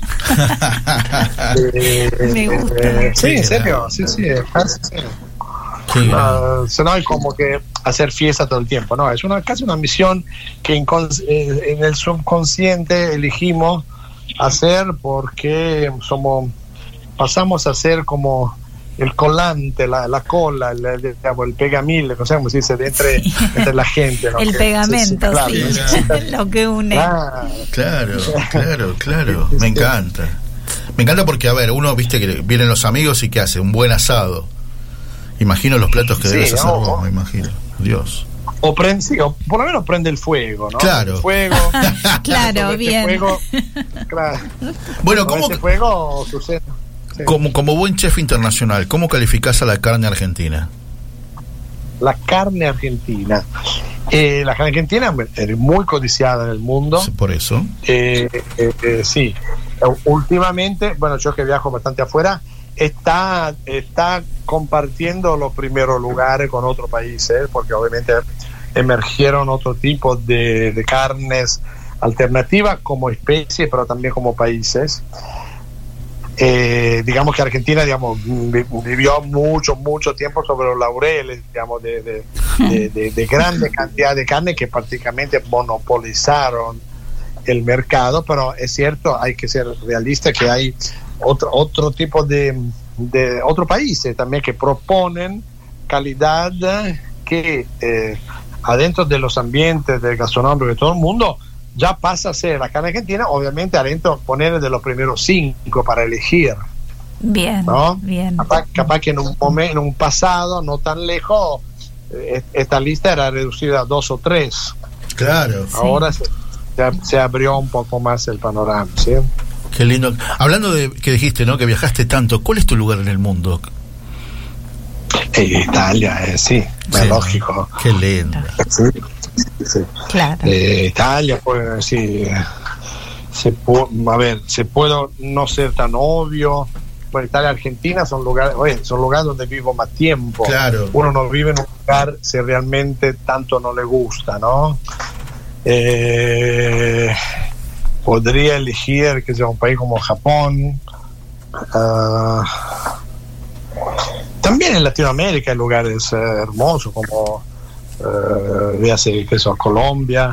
Me gusta. Sí, en serio, sí, es casi. No es como que hacer fiesta todo el tiempo, no, es casi una misión que en el subconsciente elegimos hacer porque pasamos a ser como el colante, la cola, el pegamil, no sé cómo se dice, entre la gente, ¿no? El pegamento, sí, lo que une. Claro. Me encanta porque, a ver, uno, viste que vienen los amigos y ¿qué hace? Un buen asado. Imagino los platos que debes hacer vos, me imagino. Dios. O por lo menos prende el fuego, ¿no? Claro. El fuego. Claro, bien. Fuego, claro. Bueno, ¿cómo ese fuego sucede? Sí. Como buen chef internacional, ¿cómo calificás a la carne argentina? La carne argentina. La carne argentina es muy codiciada en el mundo. Sí, por eso. Sí. Últimamente, bueno, yo que viajo bastante afuera, está compartiendo los primeros lugares con otros países, porque obviamente emergieron otro tipo de carnes alternativas como especie, pero también como países. Digamos que Argentina, vivió mucho tiempo sobre los laureles, de grandes cantidades de carne que prácticamente monopolizaron el mercado, pero es cierto, hay que ser realista que hay otro tipo de otros países también que proponen calidad que adentro de los ambientes del gastronómico de todo el mundo ya pasa a ser la carne argentina, obviamente adentro poner de los primeros 5 para elegir. Bien, ¿no? Bien. Capaz que en un pasado no tan lejos esta lista era reducida a 2 o 3. Claro. Ahora se abrió un poco más el panorama, ¿sí? Qué lindo. Hablando de que dijiste, ¿no? Que viajaste tanto, ¿cuál es tu lugar en el mundo? Italia, sí, lógico. Qué lindo. Sí. Claro. Italia, pues sí. Se puede no ser tan obvio, Bueno, Italia y Argentina son lugares donde vivo más tiempo. Claro. Uno no vive en un lugar si realmente tanto no le gusta, ¿no? Podría elegir que sea un país como Japón. También en Latinoamérica hay lugares hermosos como Colombia.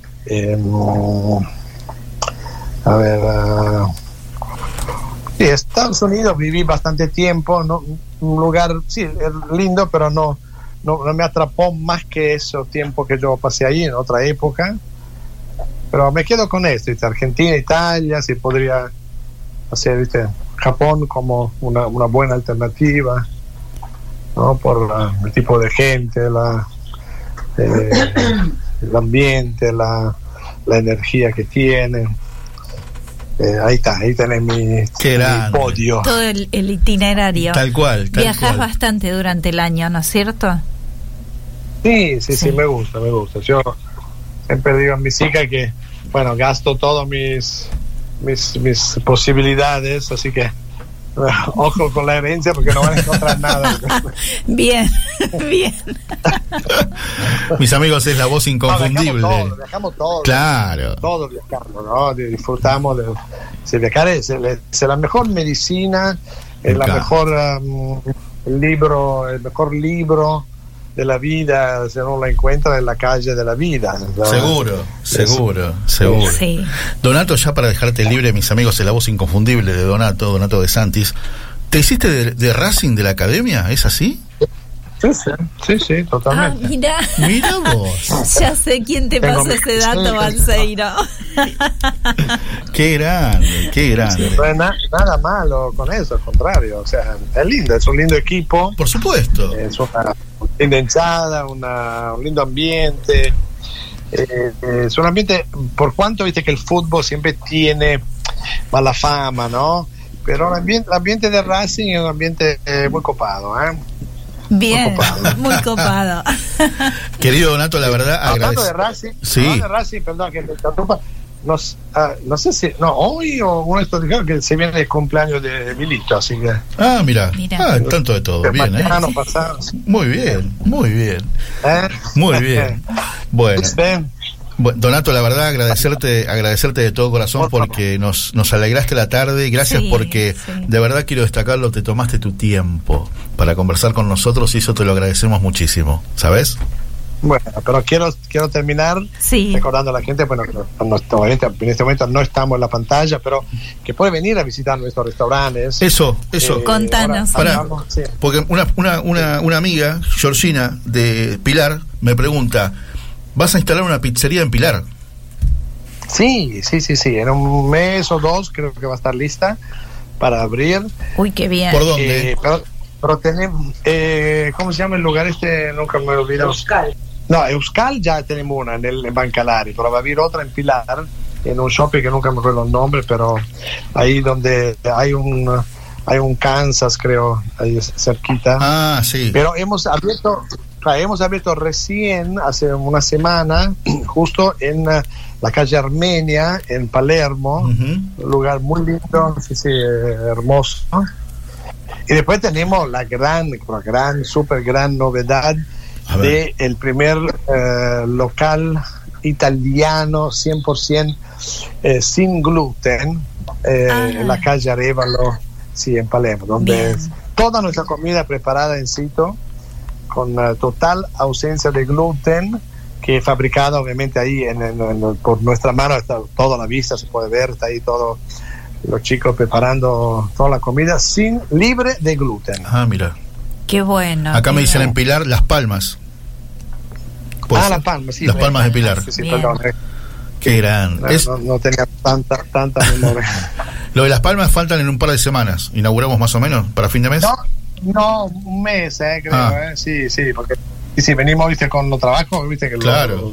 Sí, Estados Unidos viví bastante tiempo, ¿no? Un lugar, sí, es lindo, pero no me atrapó más que eso tiempo que yo pasé ahí en otra época. Pero me quedo con esto, ¿viste? Argentina, Italia, si podría hacer, ¿viste? Japón como una buena alternativa, ¿no? Por el tipo de gente, el ambiente, la energía que tiene. Ahí tenés mi podio. Todo el itinerario. Tal cual. Viajás bastante durante el año, ¿no es cierto? Sí, me gusta. Yo siempre digo a mis hijas que, bueno, gasto todas mis posibilidades, así que ojo con la herencia porque no van a encontrar nada. Bien. Mis amigos, es la voz inconfundible. Viajamos todo. Claro. Todos viajamos, ¿no? Disfrutamos de viajar. Es la mejor medicina, es la mejor el mejor libro de la vida, si no lo encuentra en la calle de la vida, ¿no? Seguro. Sí. Donato, ya para dejarte libre, mis amigos, es la voz inconfundible de Donato de Santis. ¿Te hiciste de Racing de la academia? ¿Es así? Sí, totalmente. Mira vos. Ya sé quién te pasó ese dato, Balseiro. Qué grande. No hay nada malo con eso, al contrario. O sea, es lindo, es un lindo equipo. Por supuesto. Es una linda hinchada, un lindo ambiente. Es un ambiente, por cuanto viste que el fútbol siempre tiene mala fama, ¿no? Pero el ambiente de Racing es un ambiente muy copado, Bien, muy copado. Querido Donato, la verdad, hablando de Racing, perdón que te interrumpa. No sé si hoy o uno de estos dijeron que se viene el cumpleaños de Milito, así que mira. Tanto de todo, bien, pasado. Muy bien. Muy bien. Bueno, Donato, la verdad, agradecerte de todo corazón porque nos alegraste la tarde. Gracias porque de verdad quiero destacarlo, te tomaste tu tiempo para conversar con nosotros y eso te lo agradecemos muchísimo, ¿sabes? Bueno, pero quiero terminar recordando a la gente, bueno, que en este momento no estamos en la pantalla, pero que puede venir a visitar nuestros restaurantes. Eso. Contanos. Porque una amiga, Georgina, de Pilar, me pregunta, ¿vas a instalar una pizzería en Pilar? Sí. En un mes o dos creo que va a estar lista para abrir. Uy, qué bien. ¿Por dónde? Pero tenemos, ¿cómo se llama el lugar este? Nunca me olvido. Euskal. No, Euskal ya tenemos una en Bancalari, pero va a haber otra en Pilar, en un shopping que nunca me acuerdo el nombre, pero ahí donde hay un Kansas, creo, ahí cerquita. Sí. Pero hemos abierto recién, hace una semana, justo en la calle Armenia, en Palermo, un lugar muy lindo, hermoso. Y después tenemos la super gran novedad de el primer local italiano 100% sin gluten en la calle Arévalo, en Palermo, donde toda nuestra comida preparada en sitio con total ausencia de gluten, que es fabricada obviamente ahí por nuestra mano, está toda la vista, se puede ver, está ahí todo, los chicos preparando toda la comida libre de gluten. Mira. Qué bueno. Acá me dicen en Pilar Las Palmas. Las Palmas, sí. Las Palmas de Pilar. Sí, perdón. Qué grande. No tenía tanta memoria. Lo de Las Palmas faltan en un par de semanas. ¿Inauguramos más o menos para fin de mes? No, un mes, creo. Sí, porque venimos, viste, con los trabajos, viste, que claro.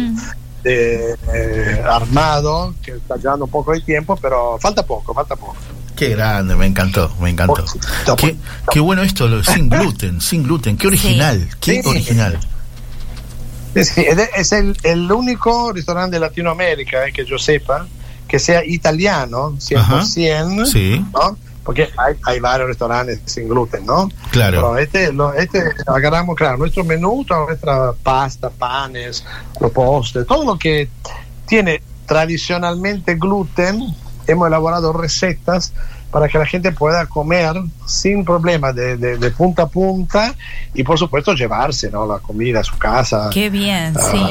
Armado, que está llevando un poco de tiempo, pero falta poco. Qué grande, me encantó. Qué bueno esto, sin gluten, qué original, original. Sí, es el único restaurante de Latinoamérica, que yo sepa, que sea italiano, 100%, ¿no? porque hay varios restaurantes sin gluten, ¿no? Claro. Pero agarramos, claro, nuestro menú, toda nuestra pasta, panes, los postres, todo lo que tiene tradicionalmente gluten, hemos elaborado recetas para que la gente pueda comer sin problema de punta a punta y por supuesto llevarse, ¿no?, la comida a su casa. Qué bien,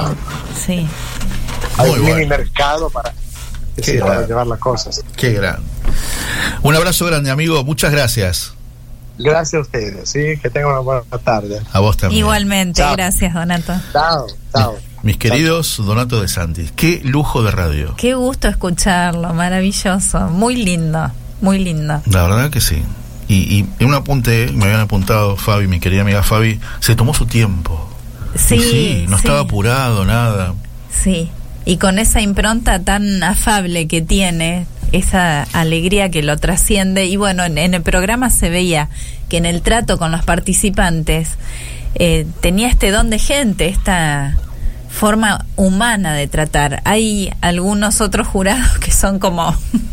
sí. Hay un mini mercado para llevar las cosas. Qué grande. Un abrazo grande, amigo, muchas gracias. Gracias a ustedes, sí, que tengan una buena tarde. A vos también. Igualmente, chao. Gracias, Donato. Chao. Mis queridos Donato De Santis, qué lujo de radio. Qué gusto escucharlo, maravilloso, muy lindo. Muy lindo. La verdad que sí. Y un apunte, me habían apuntado Fabi, mi querida amiga Fabi, se tomó su tiempo. Sí, no estaba apurado, nada. Sí, y con esa impronta tan afable que tiene, esa alegría que lo trasciende. Y bueno, en el programa se veía que en el trato con los participantes tenía este don de gente, esta forma humana de tratar. Hay algunos otros jurados que son como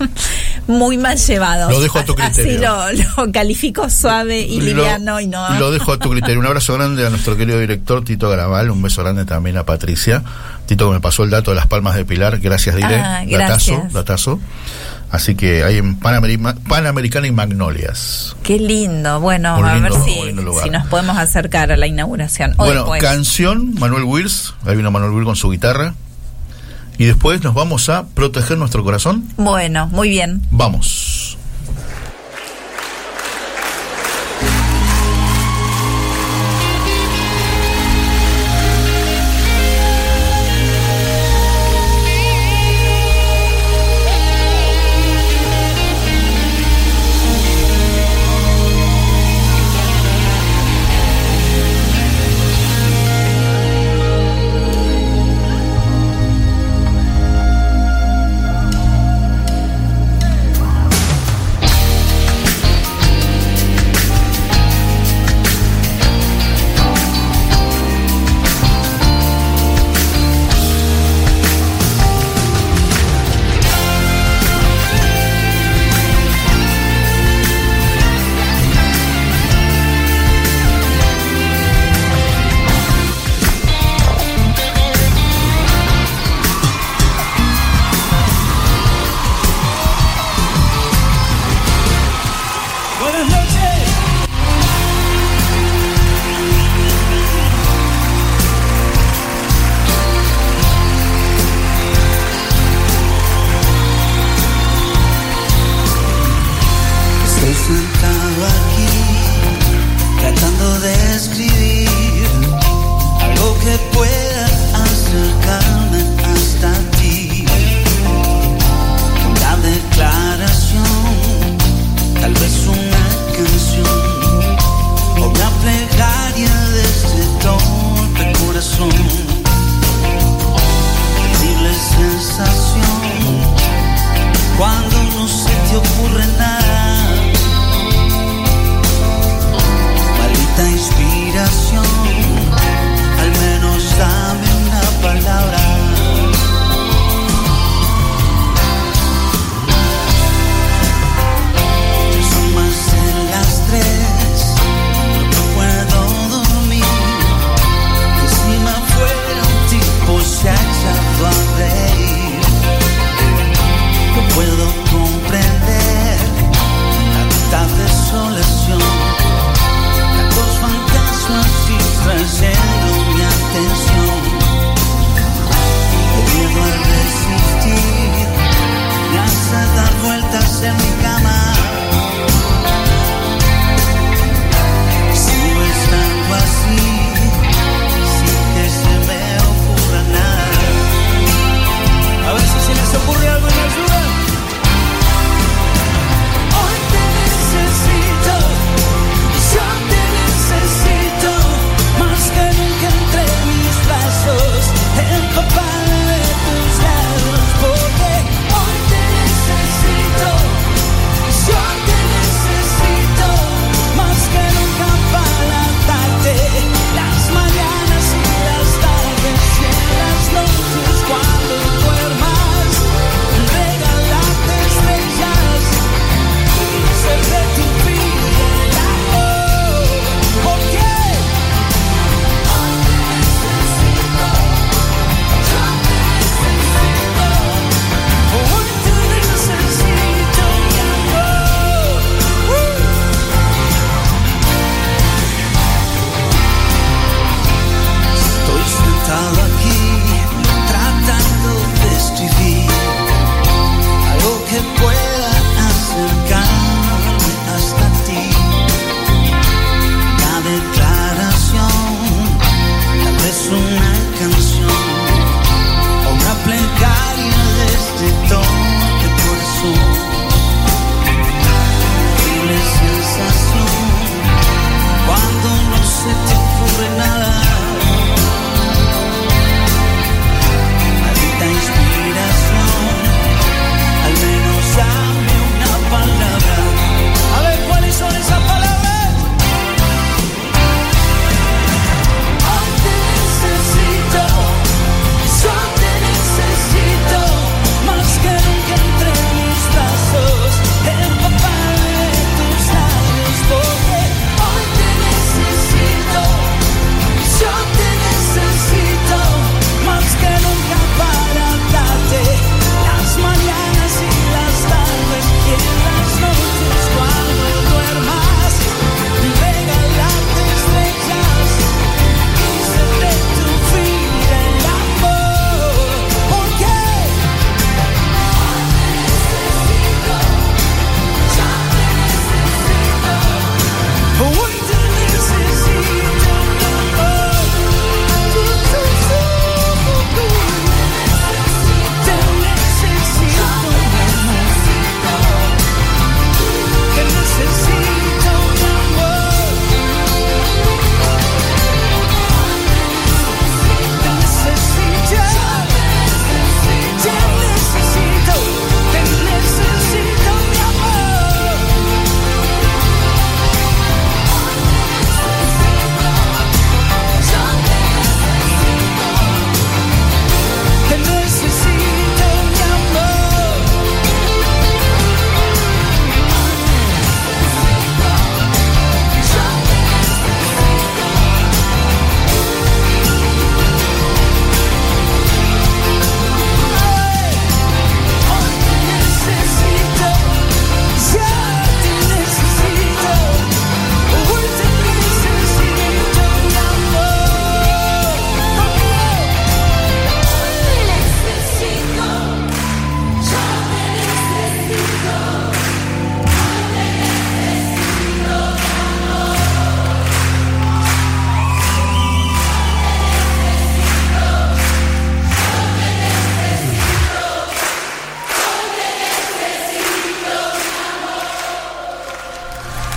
muy mal llevados. Lo dejo a tu criterio. Así lo califico suave y liviano y no. Lo dejo a tu criterio. Un abrazo grande a nuestro querido director Tito Garabal, un beso grande también a Patricia. Tito que me pasó el dato de las Palmas de Pilar, gracias diré. Gracias. Datazo. Así que hay en Panamericana y Magnolias. Qué lindo. Bueno, a ver si nos podemos acercar a la inauguración. Bueno, canción, Manuel Wills. Ahí vino Manuel Wills con su guitarra. Y después nos vamos a proteger nuestro corazón. Bueno, muy bien. Vamos. Puedo comprender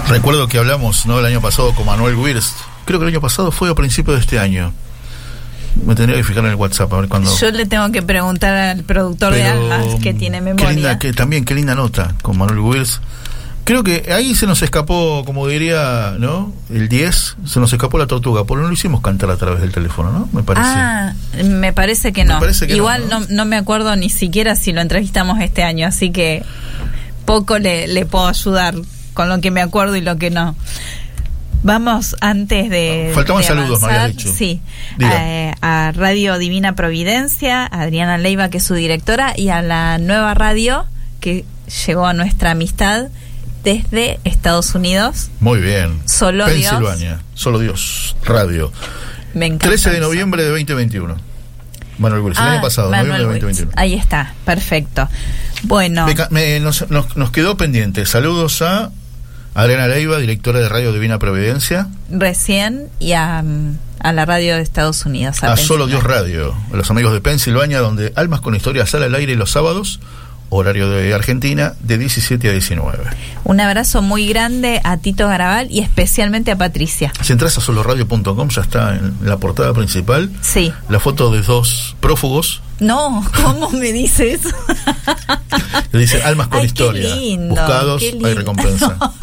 Recuerdo que hablamos, ¿no?, el año pasado con Manuel Wirst. Creo que el año pasado fue a principios de este año. Me tendría que fijar en el WhatsApp a ver cuándo. Yo le tengo que preguntar al productor de Almas, que tiene memoria. Qué linda nota con Manuel Wirst. Creo que ahí se nos escapó, como diría, ¿no?, el 10, se nos escapó la tortuga, porque no lo hicimos cantar a través del teléfono, ¿no? Me parece. Me parece que no. Igual ¿no? No me acuerdo ni siquiera si lo entrevistamos este año, así que poco le puedo ayudar con lo que me acuerdo y lo que no. Vamos, antes de faltaban de saludos, avanzar, me habías dicho. Sí, a Radio Divina Providencia, a Adriana Leiva, que es su directora, y a la nueva radio que llegó a nuestra amistad desde Estados Unidos. Muy bien. Solo Pensilvania. Dios. Solo Dios Radio. Me encanta. 13 de noviembre de 2021. Manuel Wirst, el año pasado, noviembre de 2021. Ahí está, perfecto. Bueno. Nos quedó pendiente. Saludos a Adriana Leiva, directora de Radio Divina Providencia. Recién, y a la radio de Estados Unidos. A Solo Dios Radio, a los amigos de Pensilvania, donde Almas con Historia sale al aire los sábados, horario de Argentina, de 17 a 19. Un abrazo muy grande a Tito Garabal y especialmente a Patricia. Si entras a soloradio.com, ya está en la portada principal. Sí. La foto de dos prófugos. No, ¿cómo me dices? Le dice Almas con Historia. Qué lindo, buscados, hay recompensa. No.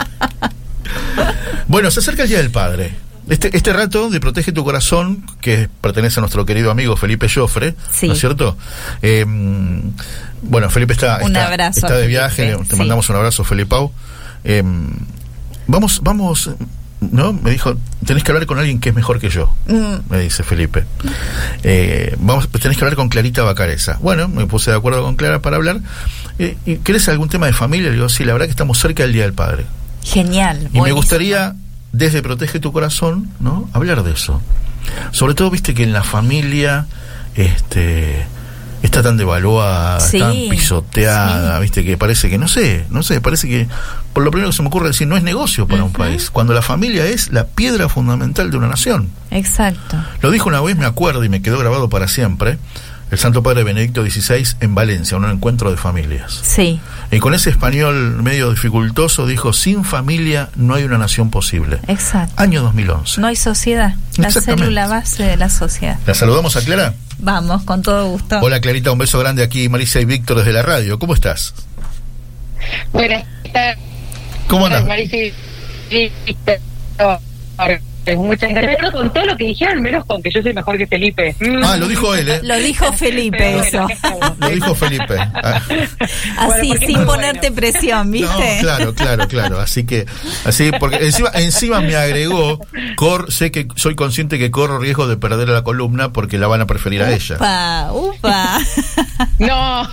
Bueno, se acerca el Día del Padre. Este rato de Protege tu Corazón, que pertenece a nuestro querido amigo Felipe Joffre, sí. ¿No es cierto? Bueno, Felipe está de viaje, Felipe, te mandamos un abrazo, Felipao. Vamos, ¿no? Me dijo, tenés que hablar con alguien que es mejor que yo, me dice Felipe. Tenés que hablar con Clarita Bacareza. Bueno, me puse de acuerdo con Clara para hablar. ¿Y querés algún tema de familia? Le digo, sí, la verdad que estamos cerca del Día del Padre. Genial. Y buenísimo. Me gustaría, desde Protege tu Corazón, ¿no?, hablar de eso. Sobre todo, viste que en la familia está tan devaluada, sí, tan pisoteada, sí. Viste que parece que, no sé, parece que, por lo primero que se me ocurre decir, no es negocio para un país, cuando la familia es la piedra fundamental de una nación. Exacto. Lo dijo una vez, me acuerdo, y me quedó grabado para siempre, el Santo Padre Benedicto XVI en Valencia, un encuentro de familias. Sí. Y con ese español medio dificultoso dijo, sin familia no hay una nación posible. Exacto. Año 2011. No hay sociedad, la célula base de la sociedad. ¿La saludamos a Clara? Vamos, con todo gusto. Hola Clarita, un beso grande aquí, Marisa y Víctor desde la radio. ¿Cómo estás? Buenas tardes. ¿Cómo andas? Marisa y Víctor. Muchas gracias. Con todo lo que dijeron, menos con que yo soy mejor que Felipe. Lo dijo él, ¿eh? Lo dijo Felipe, eso. Lo dijo Felipe. Así, bueno, sin ponerte presión, ¿viste? No, claro. Así, porque encima me agregó, sé que soy consciente que corro riesgo de perder la columna porque la van a preferir a ella. ¡Upa! No.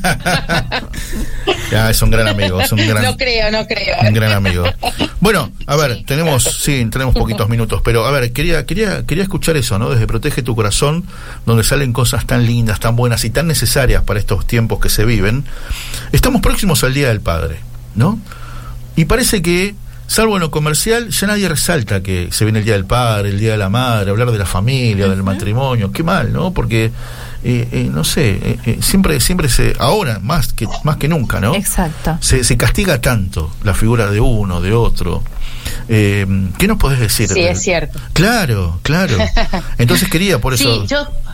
Ya, es un gran amigo. No creo. Un gran amigo. Bueno, a ver, tenemos poquitos minutos, pero a ver, quería escuchar eso, ¿no? Desde Protege tu Corazón, donde salen cosas tan lindas, tan buenas y tan necesarias para estos tiempos que se viven. Estamos próximos al Día del Padre, ¿no? Y parece que, salvo en lo comercial, ya nadie resalta que se viene el Día del Padre, el Día de la Madre, hablar de la familia, del matrimonio. Qué mal, ¿no? Porque no sé, siempre ahora más que nunca, ¿no? Exacto. Se castiga tanto la figura de uno, de otro. ¿Qué nos podés decir? Sí, es cierto. Claro. Entonces quería, por eso.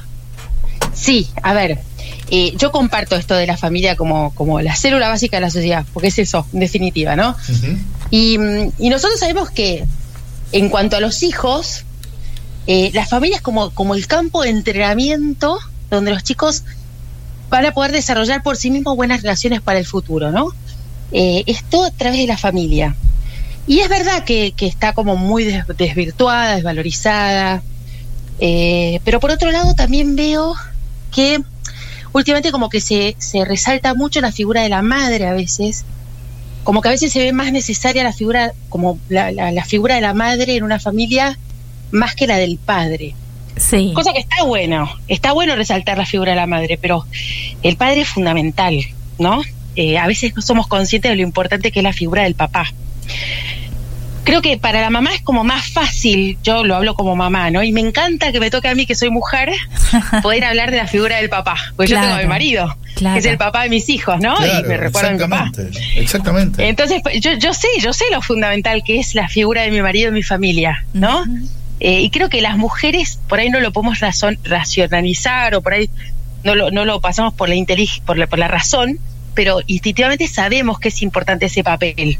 A ver, yo comparto esto de la familia como la célula básica de la sociedad, porque es eso, en definitiva, ¿no? Uh-huh. Y nosotros sabemos que, en cuanto a los hijos, la familia es como el campo de entrenamiento donde los chicos van a poder desarrollar por sí mismos buenas relaciones para el futuro, ¿no? Es todo a través de la familia. Y es verdad que está como muy desvirtuada, desvalorizada, pero por otro lado también veo que últimamente como que se resalta mucho la figura de la madre a veces, como que a veces se ve más necesaria la figura, como la figura de la madre en una familia más que la del padre. Sí. Cosa que está bueno resaltar la figura de la madre, pero el padre es fundamental, ¿no? A veces no somos conscientes de lo importante que es la figura del papá. creo que para la mamá es como más fácil, yo lo hablo como mamá, ¿no? Y me encanta que me toque a mí, que soy mujer, poder hablar de la figura del papá. Porque yo tengo a mi marido, que es el papá de mis hijos, ¿no? Claro, y me recuerda a mi papá. Exactamente. Entonces, yo sé lo fundamental que es la figura de mi marido y mi familia, ¿no? Y creo que las mujeres, por ahí no lo podemos racionalizar, o por ahí no lo pasamos por por la razón, pero instintivamente sabemos que es importante ese papel.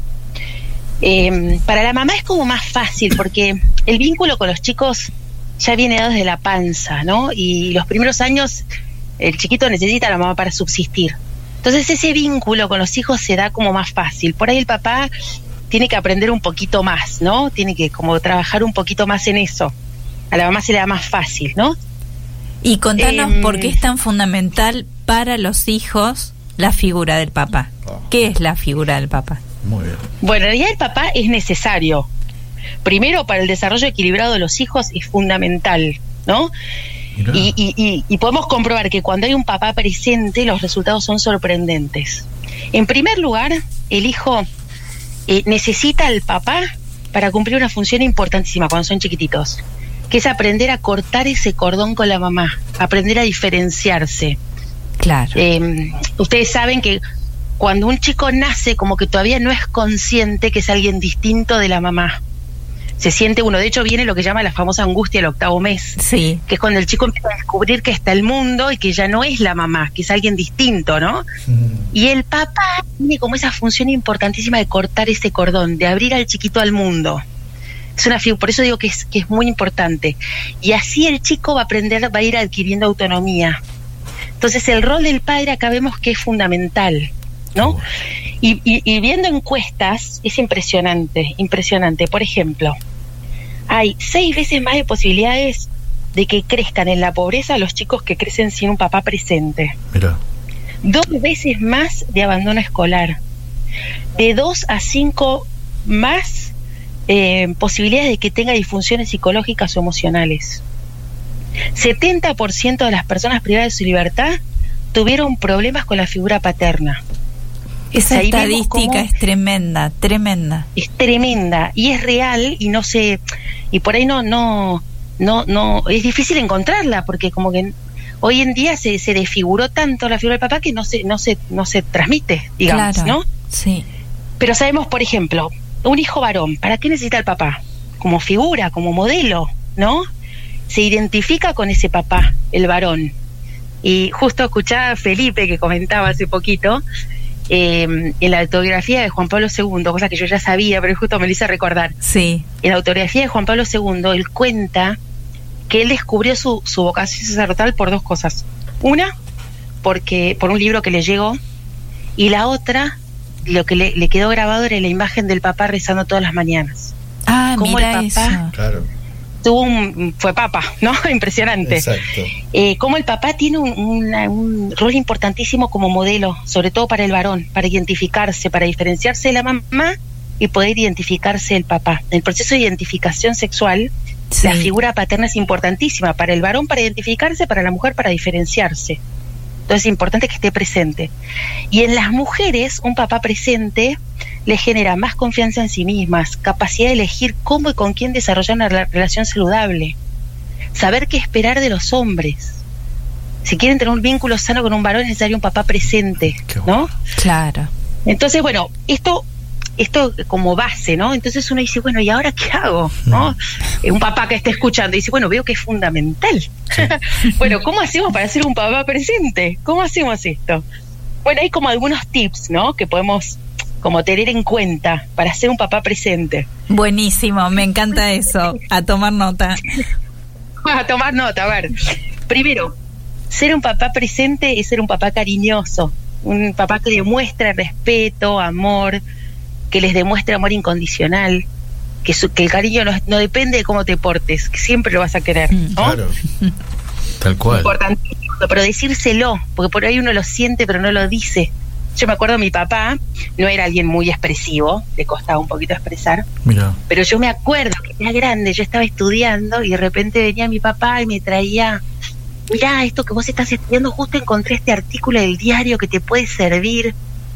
Para la mamá es como más fácil, porque el vínculo con los chicos ya viene dado desde la panza, ¿no? Y los primeros años el chiquito necesita a la mamá para subsistir. Entonces ese vínculo con los hijos se da como más fácil. Por ahí el papá tiene que aprender un poquito más, ¿no? Tiene que como trabajar un poquito más en eso. A la mamá se le da más fácil, ¿no? Y contanos por qué es tan fundamental para los hijos la figura del papá. ¿Qué es la figura del papá? Muy bien. Bueno, en realidad el papá es necesario. Primero, para el desarrollo equilibrado de los hijos es fundamental, ¿no? Y podemos comprobar que cuando hay un papá presente, los resultados son sorprendentes. En primer lugar, el hijo necesita al papá para cumplir una función importantísima cuando son chiquititos, que es aprender a cortar ese cordón con la mamá, aprender a diferenciarse. Claro. Ustedes saben que cuando un chico nace, como que todavía no es consciente que es alguien distinto de la mamá. Se siente uno, de hecho viene lo que llama la famosa angustia del 8º mes, sí, que es cuando el chico empieza a descubrir que está el mundo y que ya no es la mamá, que es alguien distinto, ¿no? Y el papá tiene como esa función importantísima de cortar ese cordón, de abrir al chiquito al mundo. Es una figura, por eso digo que es muy importante. Y así el chico va a ir adquiriendo autonomía. Entonces el rol del padre acá vemos que es fundamental, ¿no? Y viendo encuestas es impresionante. Por ejemplo, hay 6 veces más de posibilidades de que crezcan en la pobreza los chicos que crecen sin un papá presente. Mira. 2 veces más de abandono escolar. De 2 a 5 más posibilidades de que tenga disfunciones psicológicas o emocionales. 70% de las personas privadas de su libertad tuvieron problemas con la figura paterna. Esa estadística es tremenda. Es tremenda y es real y por ahí no es difícil encontrarla, porque como que hoy en día se desfiguró tanto la figura del papá que no se transmite, digamos, claro, ¿no? Sí. Pero sabemos, por ejemplo, un hijo varón, ¿para qué necesita el papá? Como figura, como modelo, ¿no? Se identifica con ese papá, el varón. Y justo escuchaba a Felipe que comentaba hace poquito en la autobiografía de Juan Pablo II, cosa que yo ya sabía, pero justo me lo hice recordar. Sí. En la autobiografía de Juan Pablo II, él cuenta que él descubrió su vocación sacerdotal por 2 cosas. Una, por un libro que le llegó, y la otra, lo que le quedó grabado era la imagen del papá rezando todas las mañanas. Ah, como mira el papá, eso. Claro. fue papa, ¿no? Impresionante. Exacto. Cómo el papá tiene un rol importantísimo como modelo, sobre todo para el varón, para identificarse, para diferenciarse de la mamá y poder identificarse del papá. En el proceso de identificación sexual, sí, la figura paterna es importantísima para el varón para identificarse, para la mujer para diferenciarse. Entonces es importante que esté presente. Y en las mujeres, un papá presente les genera más confianza en sí mismas, capacidad de elegir cómo y con quién desarrollar una relación saludable, saber qué esperar de los hombres. Si quieren tener un vínculo sano con un varón es necesario un papá presente, ¿no? Claro. Entonces, bueno, esto como base, ¿no? Entonces uno dice, bueno, ¿y ahora qué hago? ¿No? Un papá que esté escuchando dice, bueno, veo que es fundamental. Sí. Bueno, ¿cómo hacemos para ser un papá presente? ¿Cómo hacemos esto? Bueno, hay como algunos tips, ¿no? Que podemos como tener en cuenta para ser un papá presente. Buenísimo, me encanta eso. A tomar nota. A tomar nota, a ver. Primero, ser un papá presente es ser un papá cariñoso, un papá que demuestra respeto, amor, que les demuestre amor incondicional, que el cariño no depende de cómo te portes, que siempre lo vas a querer, ¿no? Claro, tal cual. Importantísimo, pero decírselo, porque por ahí uno lo siente pero no lo dice. Yo me acuerdo, mi papá no era alguien muy expresivo, le costaba un poquito expresar. Mirá. Pero yo me acuerdo que era grande, yo estaba estudiando y de repente venía mi papá y me traía, mirá, esto que vos estás estudiando, justo encontré este artículo del diario que te puede servir.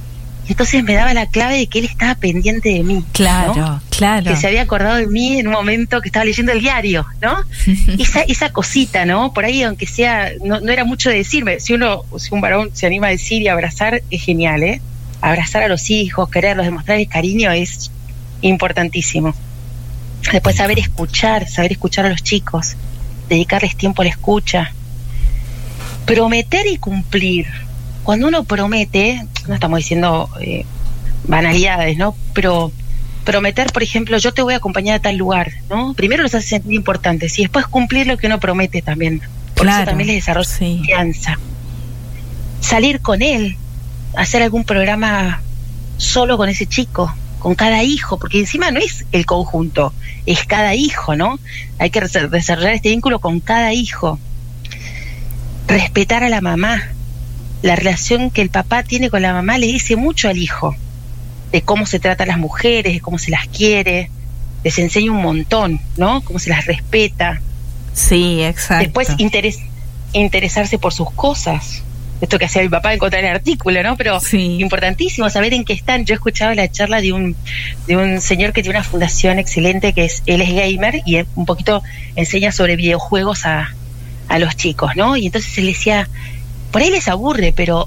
Y entonces me daba la clave de que él estaba pendiente de mí. Claro, ¿no? claro. Que se había acordado de mí en un momento que estaba leyendo el diario, ¿no? esa cosita, ¿no? Por ahí, aunque sea, no era mucho de decirme. Si un varón se anima a decir y abrazar, es genial, ¿eh? Abrazar a los hijos, quererlos, demostrar el cariño es importantísimo. Después saber escuchar a los chicos, dedicarles tiempo a la escucha. Prometer y cumplir. Cuando uno promete, no estamos diciendo banalidades, ¿no? Pero prometer, por ejemplo, yo te voy a acompañar a tal lugar, ¿no? Primero los hace sentir importantes y después cumplir lo que uno promete también. Por eso también les desarrolla confianza. Salir con él, hacer algún programa solo con ese chico, con cada hijo, porque encima no es el conjunto, es cada hijo, ¿no? Hay que desarrollar este vínculo con cada hijo. Respetar a la mamá. La relación que el papá tiene con la mamá le dice mucho al hijo, de cómo se trata a las mujeres, de cómo se las quiere, les enseña un montón, ¿no? Cómo se las respeta. Sí, exacto. Después interesarse por sus cosas. Esto que hacía mi papá, encontrar el artículo, ¿no? Pero importantísimo saber en qué están. Yo escuchaba la charla de un señor que tiene una fundación excelente, que él es gamer y un poquito enseña sobre videojuegos a los chicos, ¿no? Y entonces él decía, por ahí les aburre, pero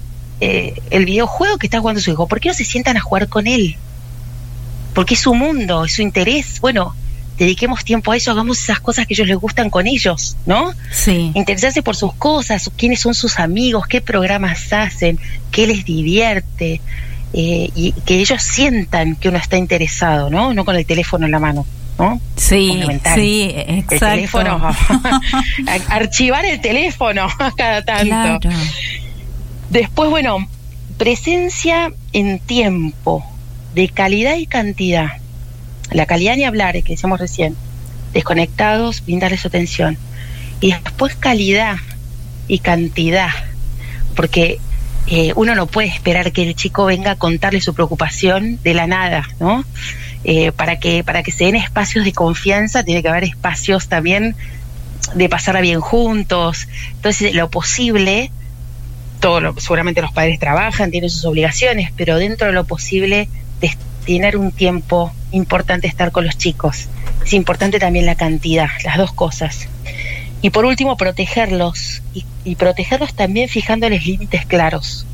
el videojuego que está jugando su hijo, ¿por qué no se sientan a jugar con él? Porque es su mundo, es su interés. Bueno, dediquemos tiempo a eso, hagamos esas cosas que a ellos les gustan con ellos, ¿no? Sí. Interesarse por sus cosas, quiénes son sus amigos, qué programas hacen, qué les divierte, y que ellos sientan que uno está interesado, ¿no? No con el teléfono en la mano, ¿no? Sí, sí, exacto. El teléfono, archivar el teléfono cada tanto. Claro. Después, bueno, presencia en tiempo, de calidad y cantidad. La calidad ni hablar, que decíamos recién, desconectados, brindarles su atención. Y después calidad y cantidad, porque uno no puede esperar que el chico venga a contarle su preocupación de la nada, ¿no? Para que se den espacios de confianza, tiene que haber espacios también de pasarla bien juntos. Entonces, lo posible, seguramente los padres trabajan, tienen sus obligaciones, pero dentro de lo posible, destinar un tiempo importante estar con los chicos. Es importante también la cantidad, las dos cosas. Y por último, protegerlos, y protegerlos también fijándoles límites claros.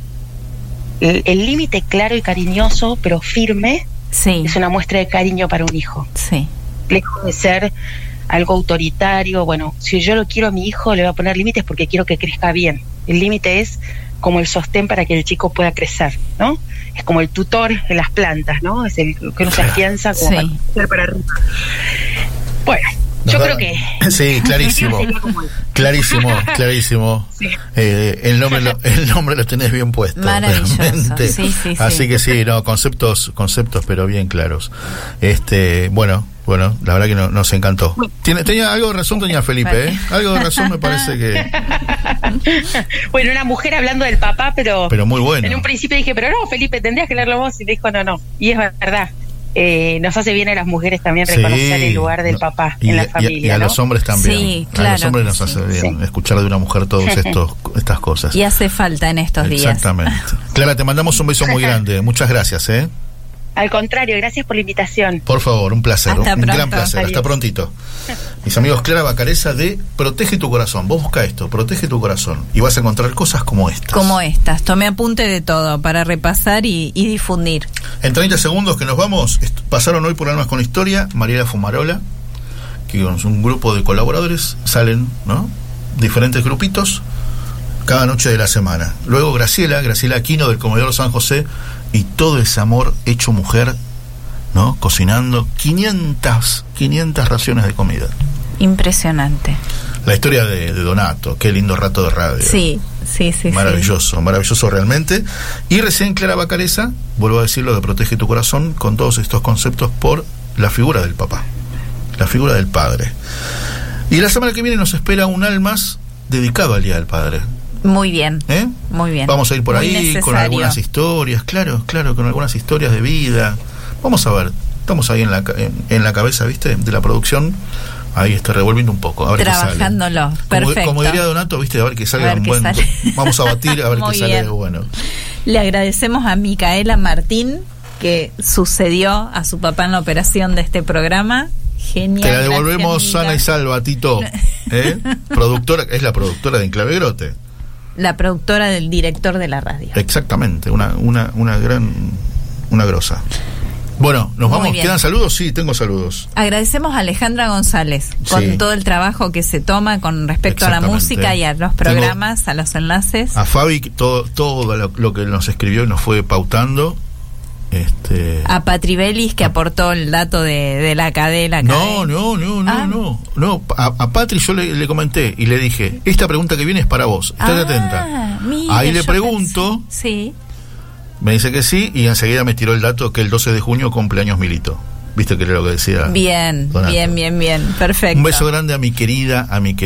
El límite claro y cariñoso, pero firme, es una muestra de cariño para un hijo. Sí. Lejos de ser algo autoritario. Bueno, si yo lo quiero a mi hijo, le voy a poner límites porque quiero que crezca bien. El límite es como el sostén para que el chico pueda crecer, ¿no? Es como el tutor en las plantas, ¿no? Es el que uno se afianza como para crecer para arriba. Bueno, yo creo que... Sí, clarísimo. Clarísimo. Sí. El nombre lo tenés bien puesto. Maravilloso. Sí. Así que sí, no, conceptos, pero bien claros. Bueno, la verdad que nos encantó. Tenía algo de razón, doña Felipe, ¿eh? Algo de razón me parece que... Bueno, una mujer hablando del papá, pero muy bueno. En un principio dije, pero no, Felipe, tendrías que leerlo vos, y le dijo, no. Y es verdad. Nos hace bien a las mujeres también reconocer el lugar del papá en la familia. Y a los hombres también. Sí, claro. A los hombres nos hace bien escuchar de una mujer todas estas cosas. Y hace falta en estos días. Exactamente. Clara, te mandamos un beso muy grande. Muchas gracias, ¿eh? Al contrario, gracias por la invitación. Por favor, un placer, un gran placer. Adiós. Hasta prontito. Mis amigos, Clara Bacareza de Protege tu Corazón. Vos busca esto, Protege tu Corazón, y vas a encontrar cosas como estas. Tomé apunte de todo para repasar y difundir. En 30 segundos que nos vamos, pasaron hoy por Almas con Historia Mariela Fumarola, que con un grupo de colaboradores salen, ¿no? Diferentes grupitos cada noche de la semana. Luego Graciela Aquino del Comedor San José, y todo ese amor hecho mujer, ¿no? Cocinando 500 raciones de comida. Impresionante. La historia de Donato, qué lindo rato de radio. Sí. Maravilloso realmente. Y recién Clara Bacareza, vuelvo a decirlo, de Protege tu Corazón, con todos estos conceptos por la figura del papá, la figura del padre. Y la semana que viene nos espera un Almas dedicado al Día del Padre. Muy bien. Muy bien. Vamos a ir por ahí con algunas historias, claro, con algunas historias de vida. Vamos a ver, estamos ahí en la cabeza, ¿viste? De la producción, ahí está revolviendo un poco, a ver trabajándolo. Qué sale. Perfecto. Como diría Donato, ¿viste? A ver qué sale. Vamos a batir a ver qué sale bueno. Le agradecemos a Micaela Martín, que sucedió a su papá en la operación de este programa. Genial. Te la devolvemos gracias, sana y salva, Tito. Productora, es la productora de Enclave Grote. La productora del director de la radio. Exactamente, una grosa. Bueno, nos Muy vamos. bien. ¿Quedan saludos? Sí, tengo saludos. Agradecemos a Alejandra González con Sí. todo el trabajo que se toma con respecto a la Exactamente. música y a los programas, a los enlaces. A Fabi, todo lo que nos escribió y nos fue pautando. A Patri Belis, que aportó el dato de la cadena. No. A Patri yo le comenté y le dije, esta pregunta que viene es para vos, estate atenta. Mira, Ahí le yo pregunto, pensé- sí. me dice que sí, y enseguida me tiró el dato que el 12 de junio cumpleaños Milito. Viste que era lo que decía. Bien, Donato. bien, perfecto. Un beso grande a mi querida,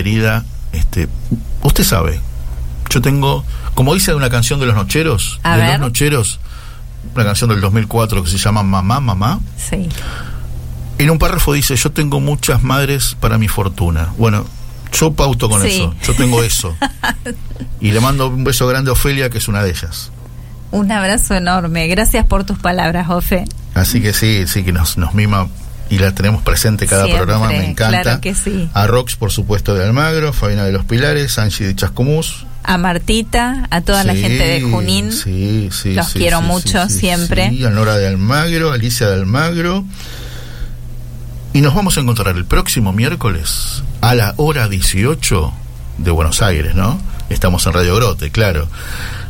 usted sabe, yo tengo, como dice una canción de Los Nocheros, A ver. Los Nocheros, una canción del 2004 que se llama Mamá. Sí. En un párrafo dice, yo tengo muchas madres para mi fortuna. Bueno, yo pauto con Sí. eso, yo tengo eso. Y le mando un beso grande a Ofelia, que es una de ellas. Un abrazo enorme. Gracias por tus palabras, Ofe. Así que sí, que nos mima y la tenemos presente cada Siempre, programa, me encanta. claro que sí. A Rox, por supuesto, de Almagro, Fabiana de los Pilares, Angie de Chascomús. A Martita, a toda la Sí, gente de Junín. Sí, Los quiero mucho, siempre. Sí, a Nora de Almagro, Alicia de Almagro. Y nos vamos a encontrar el próximo miércoles a la hora 18 de Buenos Aires, ¿no? Estamos en Radio Grote, claro.